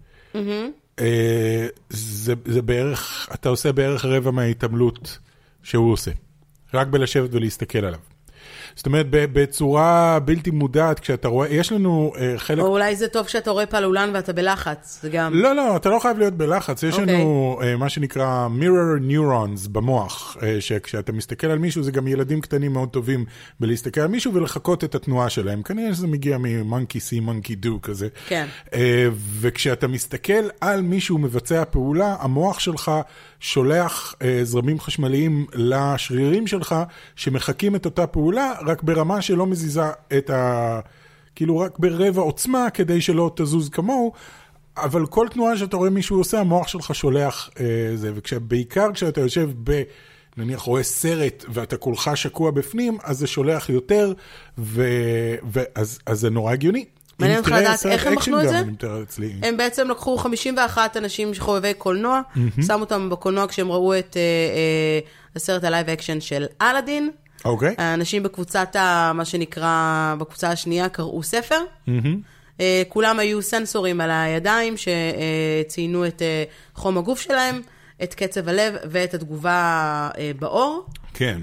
זה בערך, אתה עושה בערך רבע מההתעמלות שהוא עושה. רק בלשבת ולהסתכל עליו. זאת אומרת, בצורה בלתי מודעת, כשאתה רואה, יש לנו חלק...
או אולי זה טוב שאתה רואה פעלולן ואתה בלחץ, זה גם...
לא, אתה לא חייב להיות בלחץ. יש לנו מה שנקרא mirror neurons במוח, שכשאתה מסתכל על מישהו, זה גם ילדים קטנים מאוד טובים בלהסתכל על מישהו ולחכות את התנועה שלהם. כנראה שזה מגיע מ-monkey see, monkey do כזה.
כן.
וכשאתה מסתכל על מישהו מבצע פעולה, המוח שלך שולח זרמים חשמליים לשרירים שלך, שמחכים את אותה פעולה, רק ברמה שלא מזיזה את כאילו רק ברבע עוצמה, כדי שלא תזוז כמוהו, אבל כל תנועה שאתה רואה מישהו עושה, המוח שלך שולח זה, בעיקר כשאתה יושב נניח רואה סרט ואתה כולך שקוע בפנים, אז זה שולח יותר, אז זה נורא הגיוני.
מעניין אותך לדעת איך הם בחנו את זה? הם בעצם לקחו 51 אנשים שחובבי קולנוע, שמו אותם בקולנוע כשהם ראו את הסרט הלייב אקשן של אלאדין.
אוקיי.
האנשים בקבוצת, מה שנקרא, בקבוצה השנייה קראו ספר. כולם היו סנסורים על הידיים שציינו את חום הגוף שלהם, את קצב הלב ואת התגובה באור.
כן.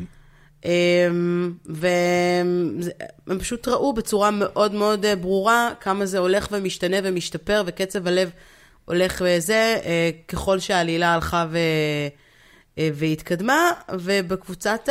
והם פשוט ראו בצורה מאוד מאוד ברורה כמה זה הולך ומשתנה ומשתפר, וקצב הלב הולך וזה, ככל שהעלילה הלכה והתקדמה, ובקבוצת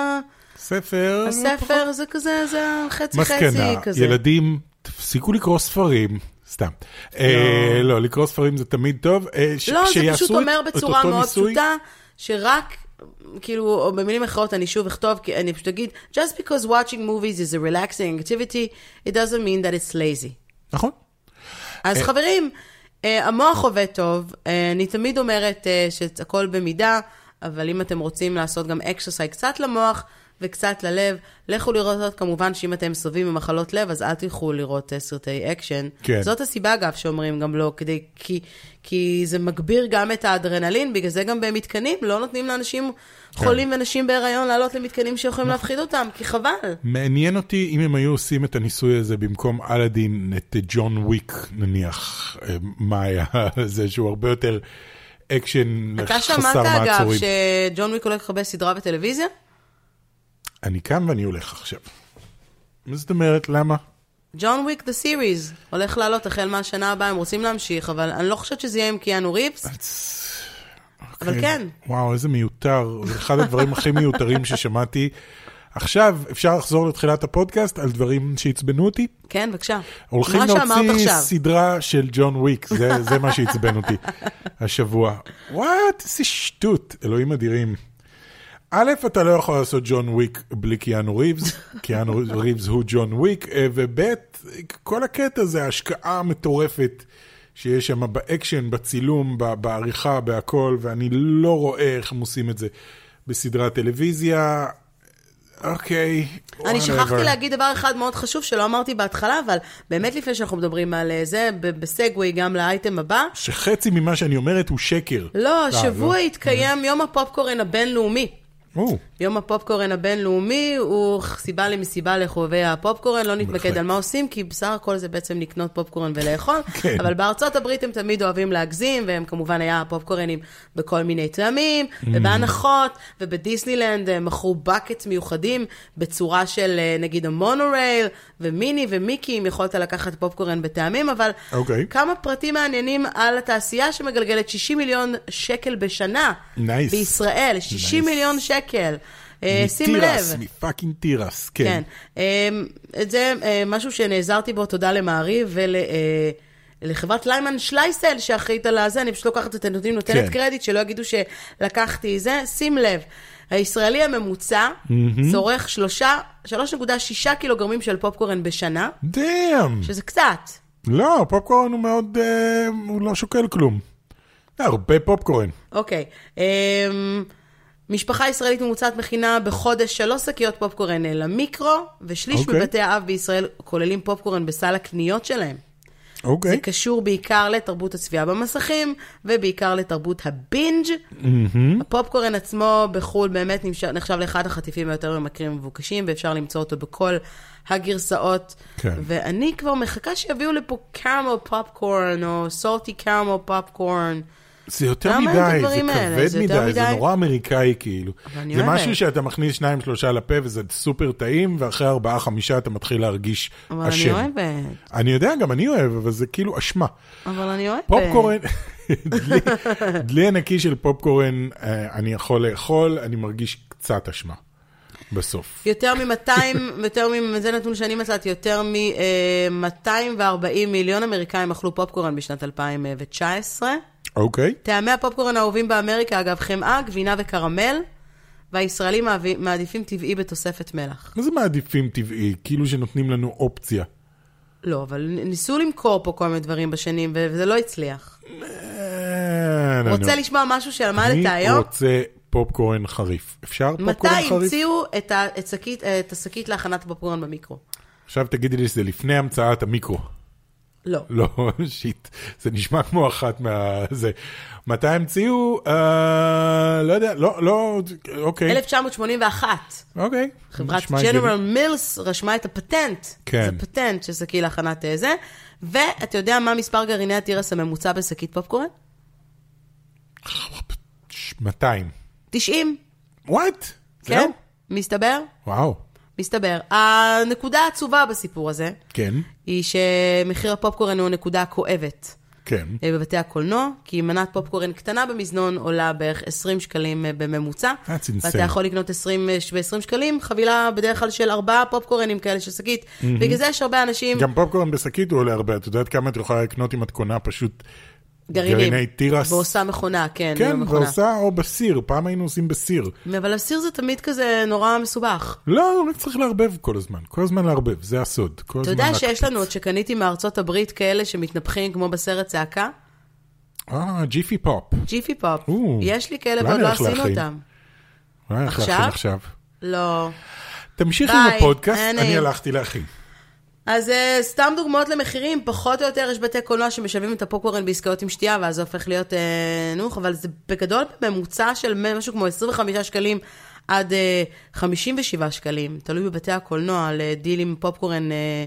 הספר
זה כזה, זה חצי
מסקנה,
כזה.
ילדים, תפסיקו לקרוא ספרים. סתם. לא, לקרוא ספרים זה תמיד טוב.
לא, זה פשוט אומר בצורה מאוד פשוטה, שרק כאילו, או במילים אחרות, אני שוב אכתוב, כי אני פשוט אגיד, just because watching movies is a relaxing activity, it doesn't mean that it's lazy.
נכון.
אז חברים, המוח עובד טוב, אני תמיד אומרת שהכל במידה, אבל אם אתם רוצים לעשות גם exercise קצת למוח, וקצת ללב, לכו לראות, כמובן שאם אתם סובבים ממחלות לב, אז אל תלכו לראות סרטי אקשן.
כן.
זאת הסיבה, אגב, שאומרים גם לא, כי זה מגביר גם את האדרנלין, בגלל זה גם במתקנים, לא נותנים לאנשים חולים ונשים בהיריון לעלות למתקנים שיכולים להפחיד אותם, כי חבל.
מעניין אותי אם הם היו עושים את הניסוי הזה במקום אלאדין, את ג'ון וויק, נניח, מה היה זה שהוא הרבה יותר אקשן חסר מעצורים.
אתה שמעת, אגב, שג'ון וויק הולך לחפש סדרה בטלוויזיה?
אני קם ואני הולך עכשיו. מה זאת אומרת? למה?
ג'ון וויק, the series, הולך לעלות החל מהשנה הבאה, הם רוצים להמשיך, אבל אני לא חושבת שזה יהיה עם קיאנו ריבס. אבל כן.
וואו, איזה מיותר. זה אחד הדברים הכי מיותרים ששמעתי. עכשיו אפשר לחזור לתחילת הפודקאסט על דברים שעצבנו אותי?
כן, בבקשה.
הולכים להוציא סדרה של ג'ון וויק, זה מה שעצבן אותי השבוע. וואט, איזה שטות, אלוהים אדירים. א', אתה לא יכול לעשות ג'ון וויק בלי קיאנו ריבס, קיאנו ריבס הוא ג'ון וויק, וב' כל הקטע זה ההשקעה מטורפת שיש שם באקשן, בצילום, בעריכה, בהכל, ואני לא רואה איך הם עושים את זה בסדרת טלוויזיה. אוקיי.
אני שכחתי להגיד דבר אחד מאוד חשוב שלא אמרתי בהתחלה, אבל באמת לפני שאנחנו מדברים על זה, בסגווי גם לאייטם הבא.
שחצי ממה שאני אומרת הוא שקר.
לא, שבוע התקיים יום הפופקורן הבינלאומי. יום הפופקורן הבינלאומי הוא סיבה למסיבה לחובבי הפופקורן, לא נתמקד על מה עושים, כי בסך הכל זה בעצם לקנות פופקורן ולאכול, אבל בארצות הברית הם תמיד אוהבים להגזים, והם כמובן היה הפופקורנים בכל מיני טעמים, ובהנחות, ובדיסנילנד מכרו בקט מיוחדים, בצורה של נגיד המונורייל, ומיני ומיקי, אם יכולת לקחת פופקורן בטעמים, אבל כמה פרטים מעניינים על התעשייה שמגלגלת 60 מיליון שקל בשנה בישראל, 60 מיליון שקל. שים לב.
מפאקינג טירס, כן.
זה משהו שנעזרתי בו, תודה למעריב ולחברת ליימן שלייסל שאחראית על זה, אני פשוט לוקחת את הנתונים, נותנת קרדיט שלא יגידו שלקחתי זה. שים לב, הישראלי הממוצע צורך 3.6 קילוגרמים של פופקורן בשנה.
דאם.
שזה קצת.
לא, פופקורן הוא מאוד, הוא לא שוקל כלום. הרבה פופקורן.
אוקיי. משפחה ישראלית ממוצעת מכינה בחודש 3 שקיות פופקורן למיקרו, ושליש מבתי האב בישראל כוללים פופקורן בסל הקניות שלהם. זה קשור בעיקר לתרבות הצפייה במסכים, ובעיקר לתרבות הבינג'. הפופקורן עצמו בחול באמת נחשב לאחד החטיפים היותר ממכרים ומבוקשים, ואפשר למצוא אותו בכל הגרסאות. ואני כבר מחכה שיביאו לפה קרמל פופקורן, או סולטי קרמל פופקורן.
זה יותר מדי, זה כבד מדי, זה נורא אמריקאי כאילו. זה משהו שאתה מכניס 2-3 לפה וזה סופר טעים, ואחרי 4-5 אתה מתחיל להרגיש אשם.
אבל אני אוהבת.
אני יודע, גם אני אוהב, אבל זה כאילו אשמה.
אבל אני אוהבת.
פופקורן, דלי ענקי של פופקורן, אני יכול לאכול, אני מרגיש קצת אשמה. בסוף.
יותר זה נתון שאני מצאתי, יותר מ-240 מיליון אמריקאים אכלו פופקורן בשנת 2019.
אוקיי.
טעמי הפופקורן האהובים באמריקה, אגב, חמאה, גבינה וקרמל, והישראלים מעדיפים טבעי בתוספת מלח.
מה זה מעדיפים טבעי? כאילו שנותנים לנו אופציה.
לא, אבל ניסו למכור פה כל מיני דברים בשנים, וזה לא הצליח. רוצה לשמוע משהו שלמדת היום?
אני רוצה פופקורן חריף. אפשר פופקורן חריף?
מתי המציאו את השקית להכנת פופקורן במיקרו?
עכשיו תגידי לי שזה לפני המצאת המיקרו.
לא.
לא, שיט. זה נשמע כמו אחת זה. מתי המציאו? לא יודע, לא, אוקיי.
1981.
אוקיי.
חברת ג'נרל מילס רשמה את הפטנט.
כן.
זה פטנט ששקית להכנת זה. ואתה יודע מה מספר גרעיני התירס הממוצע בשקית פופקורן?
200.
90.
וואט?
כן, מסתבר?
וואו.
מסתבר. הנקודה העצובה בסיפור הזה,
כן.
היא שמחיר הפופקורן הוא נקודה כואבת.
כן.
בבתי הקולנוע, כי מנת פופקורן קטנה במזנון עולה בערך 20 שקלים בממוצע. ואתה יכול לקנות 20 שקלים, חבילה בדרך כלל של 4 פופקורנים כאלה של שקית. בגלל זה יש הרבה אנשים...
גם פופקורן בשקית הוא עולה הרבה. את יודעת כמה את יכולה לקנות אם את קונה פשוט גרעיני תירס?
ועושה מכונה, כן.
כן, ועושה או בסיר. פעם היינו עושים בסיר.
אבל הסיר זה תמיד כזה נורא מסובך.
לא, רק צריך להרבב כל הזמן. כל הזמן להרבב, זה הסוד.
אתה יודע שיש לנו עוד שקניתי מארצות הברית כאלה שמתנפחים כמו בסרט צעקה?
ג'יפי פופ.
ג'יפי פופ. יש לי כאלה ועוד לא עשינו אותם.
אולי איך להכין עכשיו?
לא.
תמשיך עם הפודקאסט, אני הלכתי להכין.
אז סתם דוגמאות למחירים, פחות או יותר יש בתי קולנוע שמשלבים את הפופקורן בעסקאות עם שתייה, ואז זה הופך להיות נוח, אבל זה בגדול בממוצע של משהו כמו 25 שקלים עד 57 שקלים, תלוי בבתי הקולנוע, לדיל עם פופקורן,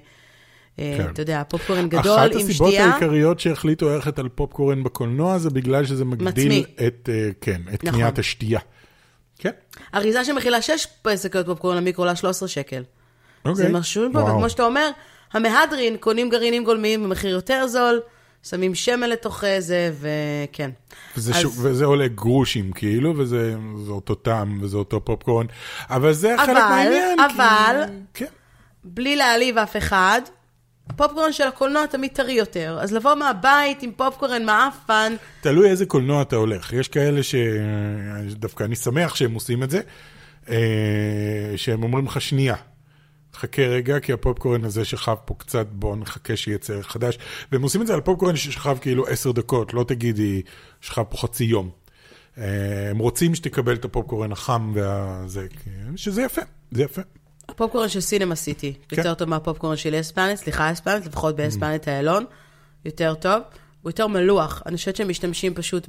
אתה יודע, פופקורן גדול עם שתייה.
אחת הסיבות העיקריות שהחליטו ללכת על פופקורן בקולנוע, זה בגלל שזה מגדיל את קניית השתייה. כן.
אריזה שמכילה 6 שקיות פופקורן למיקרו עולה 13 שקל. זה משהו פה, וכמו שאתה אומר, המהדרין קונים גרעינים גולמיים במחיר יותר זול, שמים שמן לתוך זה, וכן.
וזה עולה גרושים כאילו, וזה אותו טעם, וזה אותו פופקורן, אבל זה חלק מהעניין.
אבל, בלי להעליב אף אחד, פופקורן של הקולנוע תמיד טרי יותר, אז לבוא מהבית עם פופקורן מעפן.
תלוי איזה קולנוע אתה הולך. יש כאלה שדווקא אני שמח שהם עושים את זה, שהם אומרים לך שנייה. חכה רגע, כי הפופקורן הזה שכב פה קצת, בוא נחכה שיצא חדש. והם עושים את זה על פופקורן ששכב כאילו 10 דקות, לא תגידי שכב פה חצי יום. הם רוצים שתקבל את הפופקורן החם והזה, שזה יפה, זה יפה.
הפופקורן של סינמה סיטי, יותר טוב מהפופקורן של אספנט, סליחה אספנט, לפחות באספנט האלון, יותר טוב. הוא יותר מלוח. אני חושבת שהם משתמשים פשוט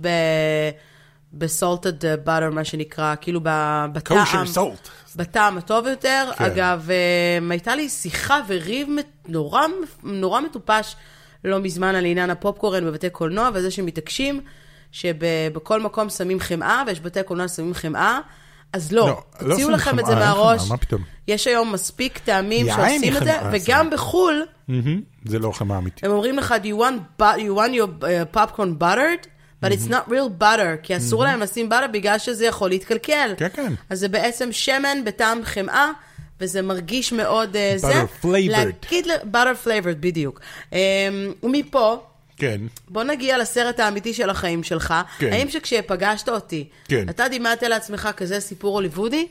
בסולטד באטר, מה שנקרא, כאילו בטעם.
קושר סולט.
בטעם הטוב יותר. כן. אגב, הייתה לי שיחה וריב נורא מטופש לא מזמן על עניין הפופקורן בבתי קולנוע, וזה שמתעקשים שבכל מקום שמים חמאה, ויש בתי קולנוע שמים חמאה, אז לא, תציעו לכם את זה מהראש. יש היום מספיק טעמים שעושים את זה, וגם בחול,
זה לא חמאה אמיתית.
הם אומרים לך, you want your popcorn buttered? but it's not real butter, כי אסור להם לשים butter בגלל שזה יכול להתקלקל.
כן, כן.
אז זה בעצם שמן בטעם חמאה, וזה מרגיש מאוד זה.
butter flavored.
butter flavored, בדיוק. ומפה,
כן.
בוא נגיע לסרט האמיתי של החיים שלך. כן. האם שכשפגשת אותי, כן. אתה דימעת לעצמך כזה סיפור הוליוודי?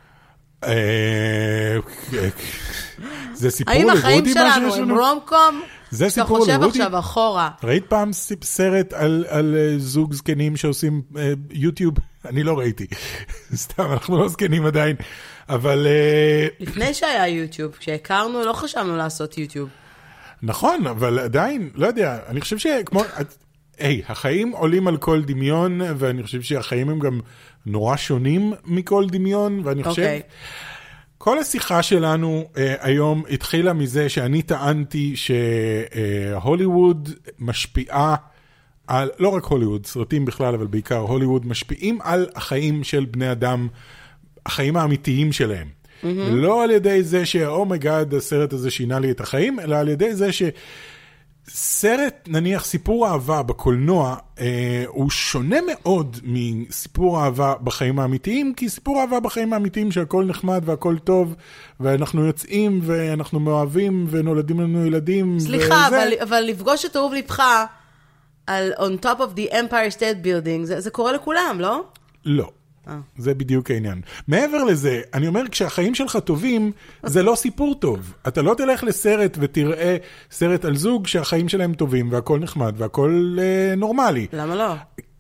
זה סיפור
האם
הוליוודי?
החיים שלנו הם רום-קום?
זה סיפור הוליוודי?
אתה חושב עכשיו אחורה.
ראית פעם סרט על זוג זקנים שעושים יוטיוב? אני לא ראיתי. סתם, אנחנו לא זקנים עדיין. אבל...
לפני שהיה יוטיוב, כשהכרנו, לא חשבנו לעשות יוטיוב.
נכון, אבל עדיין, לא יודע, אני חושב שכמו... החיים עולים על כל דמיון, ואני חושב שהחיים הם גם נורא שונים מכל דמיון, ואני חושב... כל השיחה שלנו היום התחילה מזה שאני טענתי שהוליווד משפיעה על, לא רק הוליווד, סרטים בכלל, אבל בעיקר הוליווד, משפיעים על החיים של בני אדם, החיים האמיתיים שלהם. לא על ידי זה אומייגאד, הסרט הזה שינה לי את החיים, אלא על ידי זה סרט, נניח סיפור אהבה בקולנוע, הוא שונה מאוד מסיפור אהבה בחיים האמיתיים, כי סיפור אהבה בחיים האמיתיים שהכל נחמד והכל טוב, ואנחנו יוצאים ואנחנו מאוהבים ונולדים לנו ילדים.
סליחה, אבל לפגוש את אהוב לבך על on top of the Empire State Building, זה קורה לכולם, לא?
לא. זה בדיוק העניין. מעבר לזה, אני אומר, כשהחיים שלך טובים, זה לא סיפור טוב. אתה לא תלך לסרט ותראה סרט על זוג שהחיים שלהם טובים, והכל נחמד, והכל נורמלי.
למה לא?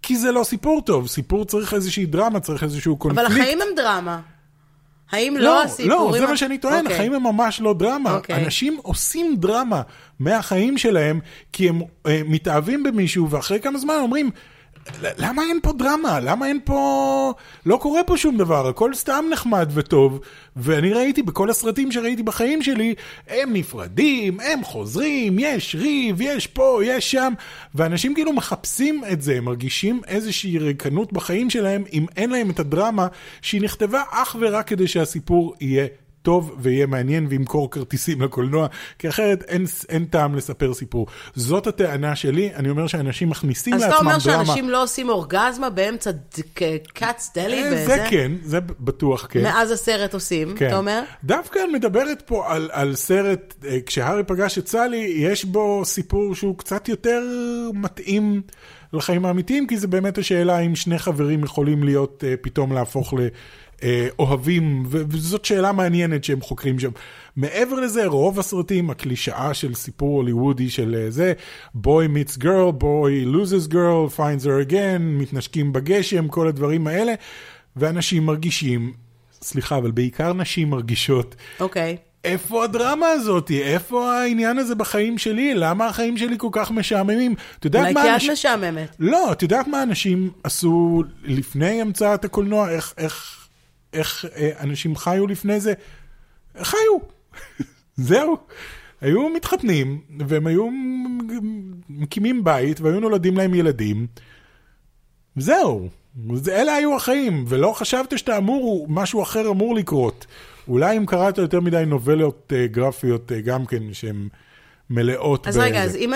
כי זה לא סיפור טוב. סיפור צריך איזושהי דרמה, צריך איזשהו קונפליקט.
אבל החיים הם דרמה. האם לא הסיפורים...
לא, זה מה שאני טוען, החיים הם ממש לא דרמה. אנשים עושים דרמה מהחיים שלהם, כי הם מתאהבים במישהו, ואחרי כמה זמן אומרים, למה אין פה דרמה? למה אין פה... לא קורה פה שום דבר, הכל סתם נחמד וטוב, ואני ראיתי בכל הסרטים שראיתי בחיים שלי, הם נפרדים, הם חוזרים, יש ריב, יש פה, יש שם, ואנשים כאילו מחפשים את זה, הם מרגישים איזושהי ריקנות בחיים שלהם, אם אין להם את הדרמה, שהיא נכתבה אך ורק כדי שהסיפור יהיה טוב ויהיה מעניין וימכור כרטיסים לקולנוע, כי אחרת אין טעם לספר סיפור. זאת הטענה שלי, אני אומר שאנשים מכניסים לעצמם דרמה.
אז אתה אומר שאנשים לא עושים אורגזמה באמצע קאץ דלי?
זה כן, זה בטוח כן.
מאז הסרט עושים, אתה אומר?
דווקא מדברת פה על סרט, כשהארי פגש את סלי, יש בו סיפור שהוא קצת יותר מתאים לחיים האמיתיים, כי זה באמת השאלה אם שני חברים יכולים להיות פתאום להפוך אוהבים, וזאת שאלה מעניינת שהם חוקרים שם. מעבר לזה, רוב הסרטים, הקלישאה של סיפור הוליוודי של זה, boy meets girl, boy loses girl, finds her again, מתנשקים בגשם, כל הדברים האלה, ואנשים מרגישים, סליחה, אבל בעיקר נשים מרגישות, איפה הדרמה הזאת? איפה העניין הזה בחיים שלי? למה החיים שלי כל כך משעממים?
אולי כי את משעממת.
לא, את יודעת מה אנשים עשו לפני המצאת הקולנוע? איך אנשים חיו לפני זה? חיו. זהו. היו מתחתנים, והם היו מקימים בית, והיו נולדים להם ילדים. זהו. אלה היו החיים, ולא חשבת שאתה משהו אחר אמור לקרות. אולי אם קראת יותר מדי נובלות גרפיות גם כן, שהן מלאות.
אז רגע, אז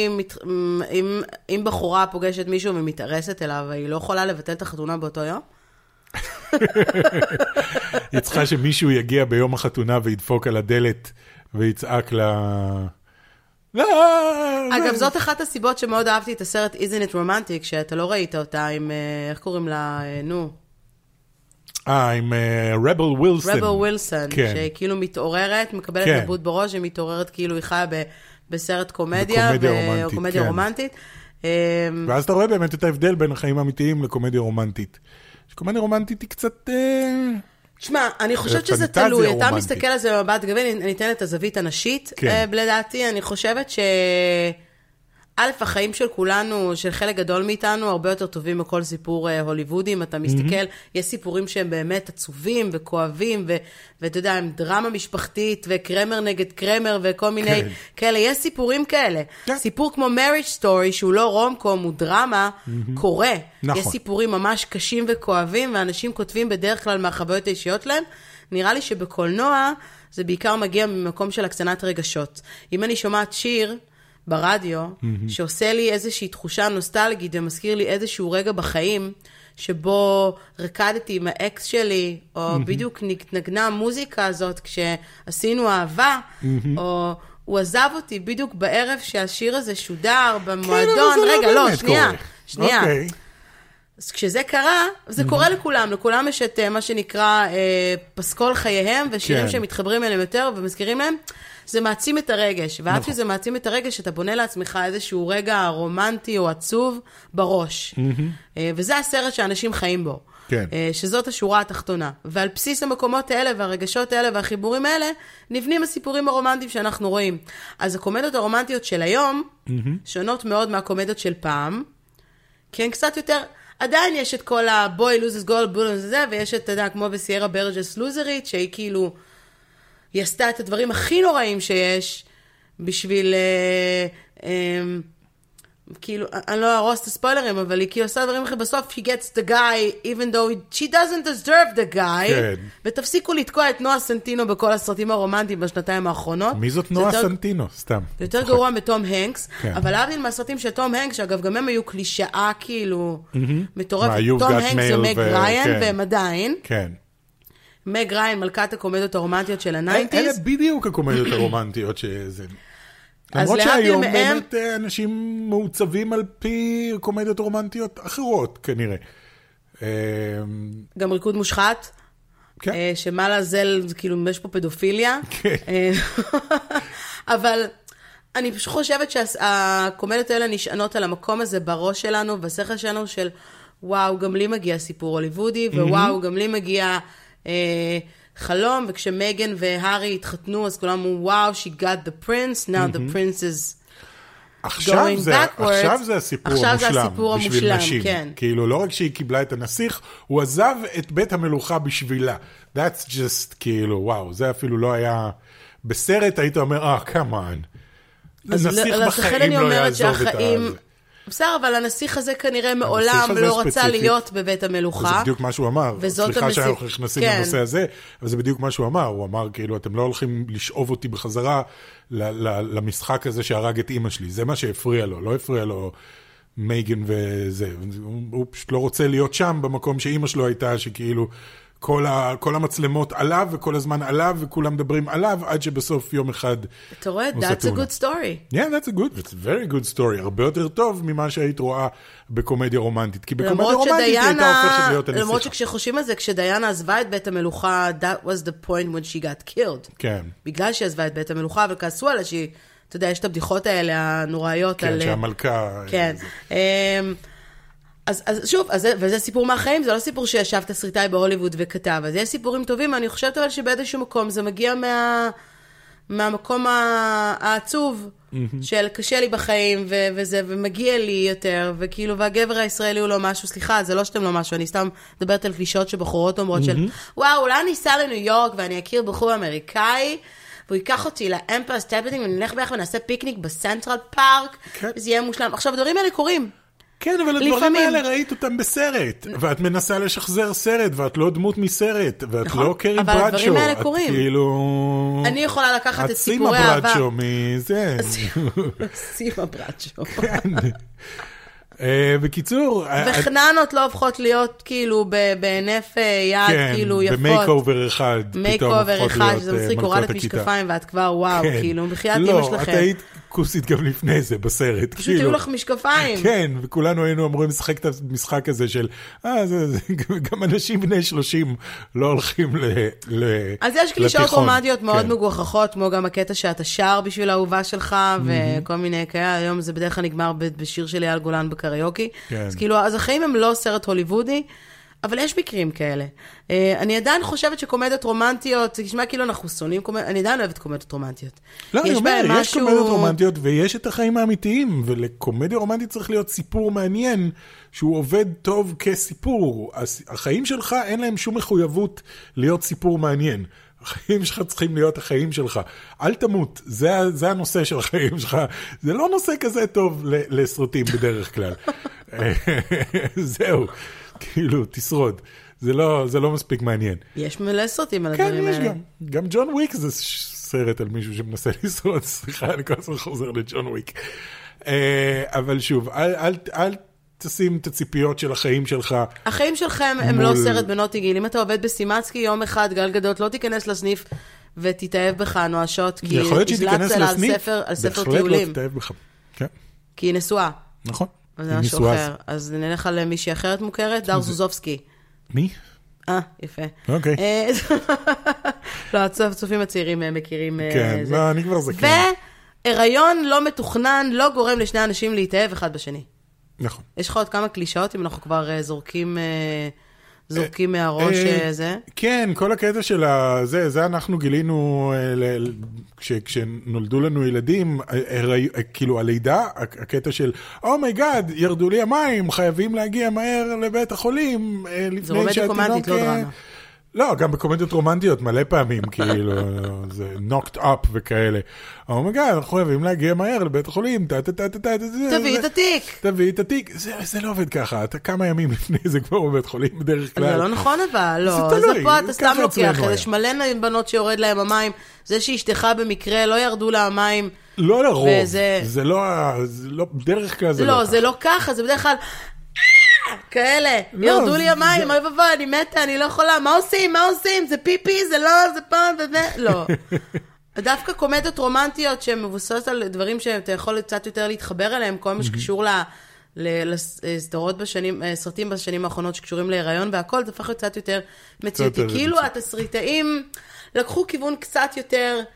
אם בחורה פוגשת מישהו ומתארסת אליו, היא לא יכולה לבטל את החתונה באותו יום?
היא צריכה שמישהו יגיע ביום החתונה וידפוק על הדלת ויצעק לה...
אגב, זאת אחת הסיבות שמאוד אהבתי את הסרט Isn't It Romantic, שאתה לא ראית אותה עם, איך קוראים לה,
עם רבל ווילסון.
רבל ווילסון, שהיא כאילו מתעוררת, מקבלת נבוט בראש, היא מתעוררת כאילו היא חיה בסרט קומדיה, או קומדיה רומנטית.
ואז אתה רואה באמת את ההבדל בין החיים האמיתיים לקומדיה רומנטית. שקומדיה רומנטית היא קצת...
תשמע, אני חושבת שזה תלוי, אתה מסתכל על זה במבט גבי, אני אתן את הזווית הנשית, לדעתי, אני חושבת א', החיים של כולנו, של חלק גדול מאיתנו, הרבה יותר טובים מכל סיפור הוליוודי, אם אתה מסתכל, יש סיפורים שהם באמת עצובים וכואבים, ואתה יודע, הם דרמה משפחתית, וקרמר נגד קרמר, וכל מיני כאלה, יש סיפורים כאלה. סיפור כמו Marriage Story, שהוא לא רום-קום, הוא דרמה, קורה. יש סיפורים ממש קשים וכואבים, ואנשים כותבים בדרך כלל מהחוויות האישיות להם. נראה לי שבקולנוע, זה בעיקר מגיע ממקום של הקצנת רגשות. אם אני שומעת שיר, ברדיו, שעושה לי איזושהי תחושה נוסטלגית, ומזכיר לי איזשהו רגע בחיים, שבו רקדתי עם האקס שלי, או בדיוק נגנה המוזיקה הזאת, כשעשינו אהבה, או הוא עזב אותי בדיוק בערב שהשיר הזה שודר במועדון. רגע, לא, שנייה. אז כשזה קרה, זה קורה לכולם יש את מה שנקרא פסקול חייהם, ושירים שמתחברים אליהם יותר, ומזכירים להם, זה מעצים את הרגש, ועד שזה מעצים את הרגש, אתה בונה לעצמך איזשהו רגע רומנטי או עצוב בראש. וזה הסרט שאנשים חיים בו. שזאת השורה התחתונה. ועל בסיס המקומות האלה והרגשות האלה והחיבורים האלה, נבנים הסיפורים הרומנטיים שאנחנו רואים. אז הקומדיות הרומנטיות של היום, שונות מאוד מהקומדיות של פעם, כי הן קצת יותר... עדיין יש את כל ה-boy loses gold, ויש את, אתה יודע, כמו בסיירה ברג'ס לוזרית, שהיא כאילו... היא עשתה את הדברים הכי נוראים שיש בשביל, כאילו, אני לא ארוס את הספוילרים, אבל היא כאילו עושה דברים אחרי, בסוף she gets the guy, even though she doesn't deserve the guy, ותפסיקו לתקוע את נועה סנטינו בכל הסרטים הרומנטיים בשנתיים האחרונות.
מי זאת נועה סנטינו? סתם.
זה יותר גרוע מתום הנקס, אבל להבדיל מהסרטים של תום הנקס, שאגב גם הם היו קלישאה כאילו, מטורפת, תום הנקס ומג ריין, והם עדיין. כן. מג ריין, מלכת הקומדיות הרומנטיות של ה-90s.
אלה בדיוק הקומדיות הרומנטיות שזה... למרות שהיום באמת אנשים מעוצבים על פי קומדיות רומנטיות אחרות, כנראה.
גם ריקוד מושחת, שמה לזל, כאילו, יש פה פדופיליה. אבל אני פשוט חושבת שהקומדיות האלה נשענות על המקום הזה בראש שלנו, בשכל שלנו של, וואו, גם לי מגיע סיפור הוליוודי, ווואו, גם לי מגיע חלום, וכשמייגן והארי התחתנו, אז כולם אמרו, וואו, she got the prince, now the prince is
עכשיו זה הסיפור המושלם בשביל נשים.
כן.
כאילו, לא רק שהיא קיבלה את הנסיך, הוא עזב את בית המלוכה בשבילה. That's just, כאילו, וואו, זה אפילו לא היה... בסרט היית אומר, come on. נסיך בחיים לא יעזוב את זה.
בסדר, אבל הנסיך הזה כנראה מעולם לא רצה להיות בבית המלוכה.
זה בדיוק מה שהוא אמר. סליחה שאנחנו נכנסים לנושא הזה, אבל זה בדיוק מה שהוא אמר. הוא אמר, כאילו, אתם לא הולכים לשאוב אותי בחזרה למשחק הזה שהרג את אמא שלי. זה מה שהפריע לו. לא הפריע לו מייגן וזה. הוא פשוט לא רוצה להיות שם במקום שאמא שלו הייתה, שכאילו... כל המצלמות עליו, וכל הזמן עליו, וכולם מדברים עליו, עד שבסוף יום אחד...
אתה רואה? That's a good story.
Yeah, that's a good, it's a very good story. הרבה יותר טוב ממה שהיית רואה בקומדיה רומנטית. כי בקומדיה רומנטית היא הייתה הופכת להיות הנסיכה.
למרות שכשחושבים על זה, כשדיינה עזבה את בית המלוכה, that was the point when she got killed.
כן.
בגלל שהיא עזבה את בית המלוכה, וכעסו עליה שהיא, אתה יודע, יש את הבדיחות האלה, הנוראיות
כן, שהמלכה...
כן. אז שוב, וזה סיפור מהחיים, זה לא סיפור שישב תסריטאי בהוליווד וכתב, אז יש סיפורים טובים, אני חושבת אבל שבאיזשהו מקום זה מגיע מהמקום העצוב, של קשה לי בחיים, ומגיע לי יותר, וכאילו, והגבר הישראלי הוא לא משהו, סליחה, זה לא שאתם לא משהו, אני סתם מדברת על קלישות שבחורות אומרות של, וואו, אולי אני אסע לניו יורק, ואני אכיר בחור אמריקאי, והוא ייקח אותי לאמפייר סטייט ביילדינג, ונלך ביחד ונעשה פיקניק בסנטרל פארק, וזה יהיה מושלם. עכשיו, הדברים האלה קורים.
כן, אבל הדברים האלה ראית אותם בסרט, ואת מנסה לשחזר סרט, ואת לא דמות מסרט, ואת לא קרי ברדשו.
אבל הדברים האלה קורים.
כאילו...
אני יכולה לקחת את סיפורי אהבה.
את סימה ברדשו מזה.
סימה ברדשו.
כן. בקיצור...
וחננות לא הופכות להיות כאילו בהינף יד, כאילו יפות.
כן, במייק-אובר אחד.
מייק-אובר אחד, שזה מצחיק, הורדת משקפיים, ואת כבר וואו, כאילו, בחיית אמא שלכם.
לא, את היית כוסית גם לפני זה בסרט.
פשוט היו לך משקפיים.
כן, וכולנו היינו אמורים לשחק את המשחק הזה של, גם אנשים בני 30 לא הולכים לתיכון.
אז יש קלישאות רומנטיות מאוד מגוחכות, כמו גם הקטע שאתה שר בשביל האהובה שלך, וכל מיני כאלה, היום זה בדרך כלל נגמר בשיר של אייל גולן בקריוקי. אז כאילו, אז החיים הם לא סרט הוליוודי, אבל יש מקרים כאלה. אני עדיין חושבת שקומדיות רומנטיות, זה נשמע כאילו אנחנו שונאים קומדיות, אני עדיין אוהבת קומדיות רומנטיות.
לא, אני אומר, יש קומדיות רומנטיות ויש את החיים האמיתיים, ולקומדיה רומנטית צריך להיות סיפור מעניין, שהוא עובד טוב כסיפור. החיים שלך אין להם שום מחויבות להיות סיפור מעניין. החיים שלך צריכים להיות החיים שלך. אל תמות, זה הנושא של החיים שלך. זה לא נושא כזה טוב לסרטים בדרך כלל. זהו. כאילו, תשרוד. זה לא מספיק מעניין.
יש מלא סרטים על הדברים האלה.
כן, יש גם. גם ג'ון וויק זה סרט על מישהו שמנסה לשרוד. סליחה, אני כל הזמן חוזר לג'ון וויק. אבל שוב, אל תשים את הציפיות של החיים שלך. החיים
שלכם הם לא סרט בנוטיגיל. אם אתה עובד בסימצקי, יום אחד גל גדות, לא תיכנס לסניף ותתאהב בך נואשות, כי הזלצת לה על ספר טיולים.
בהחלט לא תתאהב בך.
כי היא נשואה.
נכון.
אז זה משהו אחר. אז נלך על מישהי אחרת מוכרת, דר זוזובסקי.
מי?
יפה.
אוקיי.
לא, הצופים הצעירים מכירים.
כן, לא, אני כבר זקן.
והיריון לא מתוכנן, לא גורם לשני אנשים להתאהב אחד בשני.
נכון.
יש לך עוד כמה קלישאות, אם אנחנו כבר זורקים מהראש זה?
כן, כל הקטע של זה אנחנו גילינו, כשנולדו לנו ילדים, כאילו הלידה, הקטע של, אומייגאד, ירדו לי המים, חייבים להגיע מהר לבית החולים,
זה רומנטית קומנטית, לא דרמה.
לא, גם בקומדיות רומנטיות מלא פעמים, כאילו, זה knocked up וכאלה. אומייגאד, אנחנו חייבים להגיע מהר לבית החולים,
תביא את התיק.
תביא את התיק. זה לא עובד ככה, אתה כמה ימים לפני זה כבר בבית חולים בדרך כלל.
זה לא נכון אבל, לא. זה פה אתה סתם לוקח, יש מלא בנות שיורד להם המים, זה שאשתך במקרה לא ירדו לה המים.
לא לרוב, זה לא, בדרך כלל זה לא ככה.
לא, זה לא ככה, זה בדרך כלל... כאלה, ירדו לי המים, אוי ובוא, אני מתה, אני לא יכולה, מה עושים? זה פיפי, זה לא, זה פעם וזה, לא. דווקא קומדיות רומנטיות שמבוססות על דברים שאתה יכול קצת יותר להתחבר אליהם, כל מה שקשור לסדרות סרטים בשנים האחרונות שקשורים להיריון והכל, זה הפך קצת יותר מציאותי. כאילו התסריטאים לקחו כיוון קצת יותר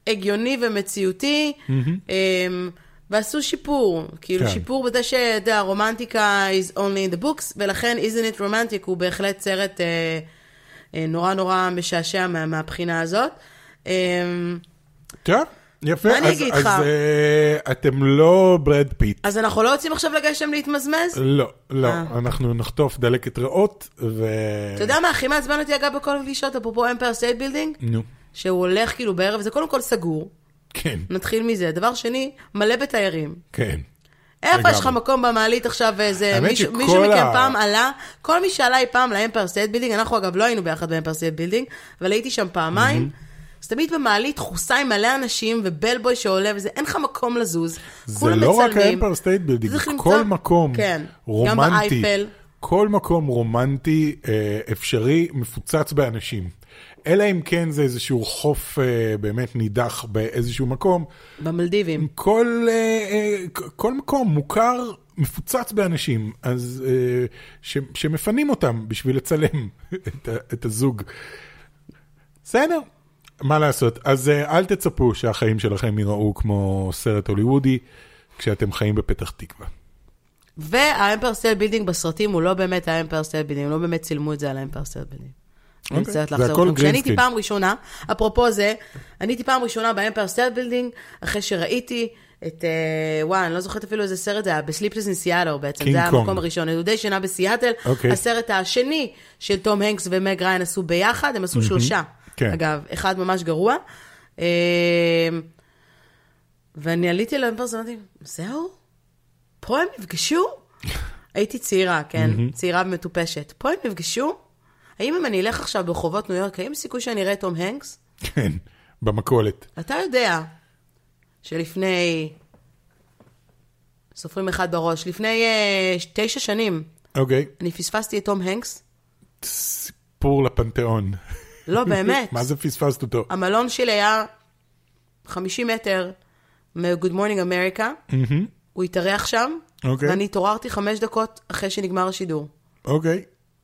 הגיוני ומציאותי, ועשו שיפור, כאילו שיפור בזה שהרומנטיקה is only in the books, ולכן Isn't It Romantic הוא בהחלט סרט נורא נורא משעשע מהבחינה הזאת.
טוב, יפה.
מה אני אגיד לך?
אז אתם לא ברד פיט.
אז אנחנו לא יוצאים עכשיו לגשם להתמזמז?
לא, לא. אנחנו נחטוף דלקת ריאות,
אתה יודע מה, הכי מעצבן אותי אגב בכל פגישות, אפרופו אמפייר סטייט בילדינג?
נו.
שהוא הולך כאילו בערב, זה קודם כל סגור.
כן.
נתחיל מזה. דבר שני, מלא בתיירים.
כן.
איפה יש לך מקום במעלית עכשיו ואיזה, מישהו מכם פעם עלה, כל מי שעלה אי פעם לאמפייר סטייט בילדינג, אנחנו אגב לא היינו ביחד באמפייר סטייט בילדינג, אבל הייתי שם פעמיים, אז תמיד במעלית חוסה עם מלא אנשים ובלבוי שעולה וזה, אין לך מקום לזוז.
זה לא רק האמפייר סטייט בילדינג, כל מקום רומנטי, כל מקום רומנטי אפשרי מפוצץ באנשים. אלא אם כן זה איזשהו חוף באמת נידח באיזשהו מקום.
במלדיבים.
כל מקום מוכר מפוצץ באנשים, אז שמפנים אותם בשביל לצלם את הזוג. בסדר, מה לעשות? אז אל תצפו שהחיים שלכם יראו כמו סרט הוליוודי, כשאתם חיים בפתח תקווה.
והאמפייר סטייט בילדינג בסרטים הוא לא באמת האמפייר סטייט בילדינג, לא באמת צילמו את זה על האמפייר סטייט בילדינג. כשאני הייתי פעם ראשונה, אפרופו זה, אני הייתי פעם ראשונה באמפייר סטייט בילדינג, אחרי שראיתי את, אני לא זוכרת אפילו איזה סרט זה היה, בסליפלס אין סיאטל בעצם, זה היה המקום הראשון, נדודי שינה בסיאטל, הסרט השני של תום הנקס ומג ריין עשו ביחד, הם עשו 3, אגב, אחד ממש גרוע, ואני עליתי לאמפייר סטייט בילדינג, זהו? פה הם נפגשו? הייתי צעירה, כן, צעירה ומטופשת, פה הם נפגשו? האם אם אני אלך עכשיו ברחובות ניו יורק, האם סיכוי שאני אראה את תום הנקס?
כן, במקולת.
אתה יודע שלפני, סופרים אחד בראש, לפני 9 שנים, אני פספסתי את תום הנקס.
סיפור לפנתיאון.
לא, באמת.
מה זה פספסת אותו?
המלון שלי היה 50 מטר מ-Good Morning America. הוא התארח שם, ואני התעוררתי 5 דקות אחרי שנגמר השידור.
אוקיי.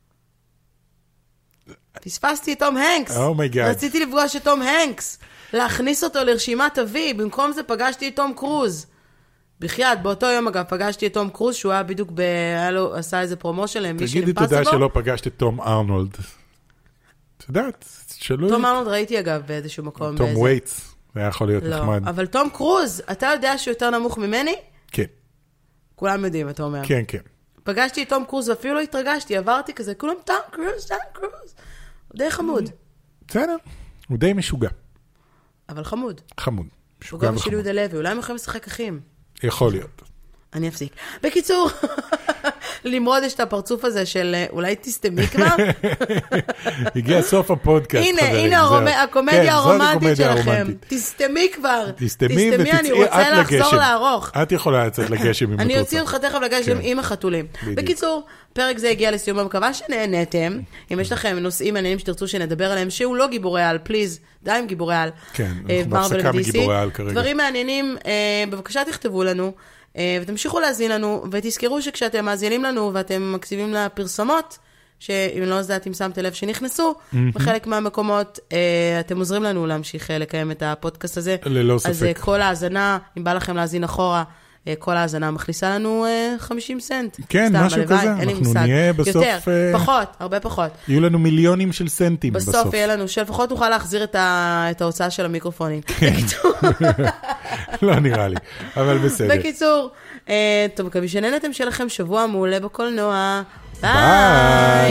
פספסתי את תום הנקס. רציתי לפגוש את תום הנקס. להכניס אותו לרשימת אבי. במקום זה פגשתי את תום קרוז. בחייאת, באותו יום אגב, פגשתי את תום קרוז, שהוא היה בדיוק עשה איזה פרומושן להם.
תגידי תודה שלא פגשת את תום ארנולד. את יודעת, שלא...
תום ארנולד ראיתי אגב באיזשהו מקום.
תום וייטס. זה היה יכול להיות נחמד.
אבל תום קרוז, אתה יודע שהוא יותר נמוך ממני?
כן.
כולם יודעים, אתה אומר.
כן, כן.
פגשתי את תום קרוז ואפילו לא התרגשתי, עברתי כזה, כולם תום קרוז. הוא די חמוד.
בסדר, הוא די משוגע.
אבל חמוד.
חמוד.
הוא גם של יהודה לוי, אולי הם יכולים לשחק אחים.
יכול להיות.
אני אפסיק. בקיצור, למרוד יש את הפרצוף הזה של אולי תסתמי כבר.
הגיע סוף הפודקאסט, חברים.
הנה הקומדיה הרומנטית שלכם. תסתמי כבר.
תסתמי,
אני רוצה לחזור לערוך.
את יכולה לצאת לגשם אם את רוצה.
אני אוציא אותך תכף לגשם עם החתולים. בקיצור, פרק זה הגיע לסיום, במקווה שנהנתם. אם יש לכם נושאים מעניינים שתרצו שנדבר עליהם, שהוא לא גיבורי על, פליז, די עם גיבורי על.
כן, אנחנו בהפסקה מגיבורי על כרגע.
דברים מעניינים, בבקשה תכתבו לנו. ותמשיכו להזין לנו, ותזכרו שכשאתם מאזינים לנו, ואתם מקציבים לפרסומות, שאם לא יודעת אם שמתם לב שנכנסו, בחלק מהמקומות, אתם עוזרים לנו להמשיך לקיים את הפודקאסט הזה.
ללא ספק.
אז כל האזנה, אם בא לכם להזין אחורה, כל האזנה מכניסה לנו 50 סנט.
כן, משהו כזה. אנחנו נהיה בסוף...
יותר, פחות, הרבה פחות.
יהיו לנו מיליונים של סנטים בסוף.
בסוף יהיה לנו, שלפחות נוכל להחזיר את ההוצאה של המיקרופונים. בקיצור.
לא נראה לי, אבל בסדר.
בקיצור, טוב, מקווה שנהנתם שלכם שבוע מעולה בקולנוע. ביי!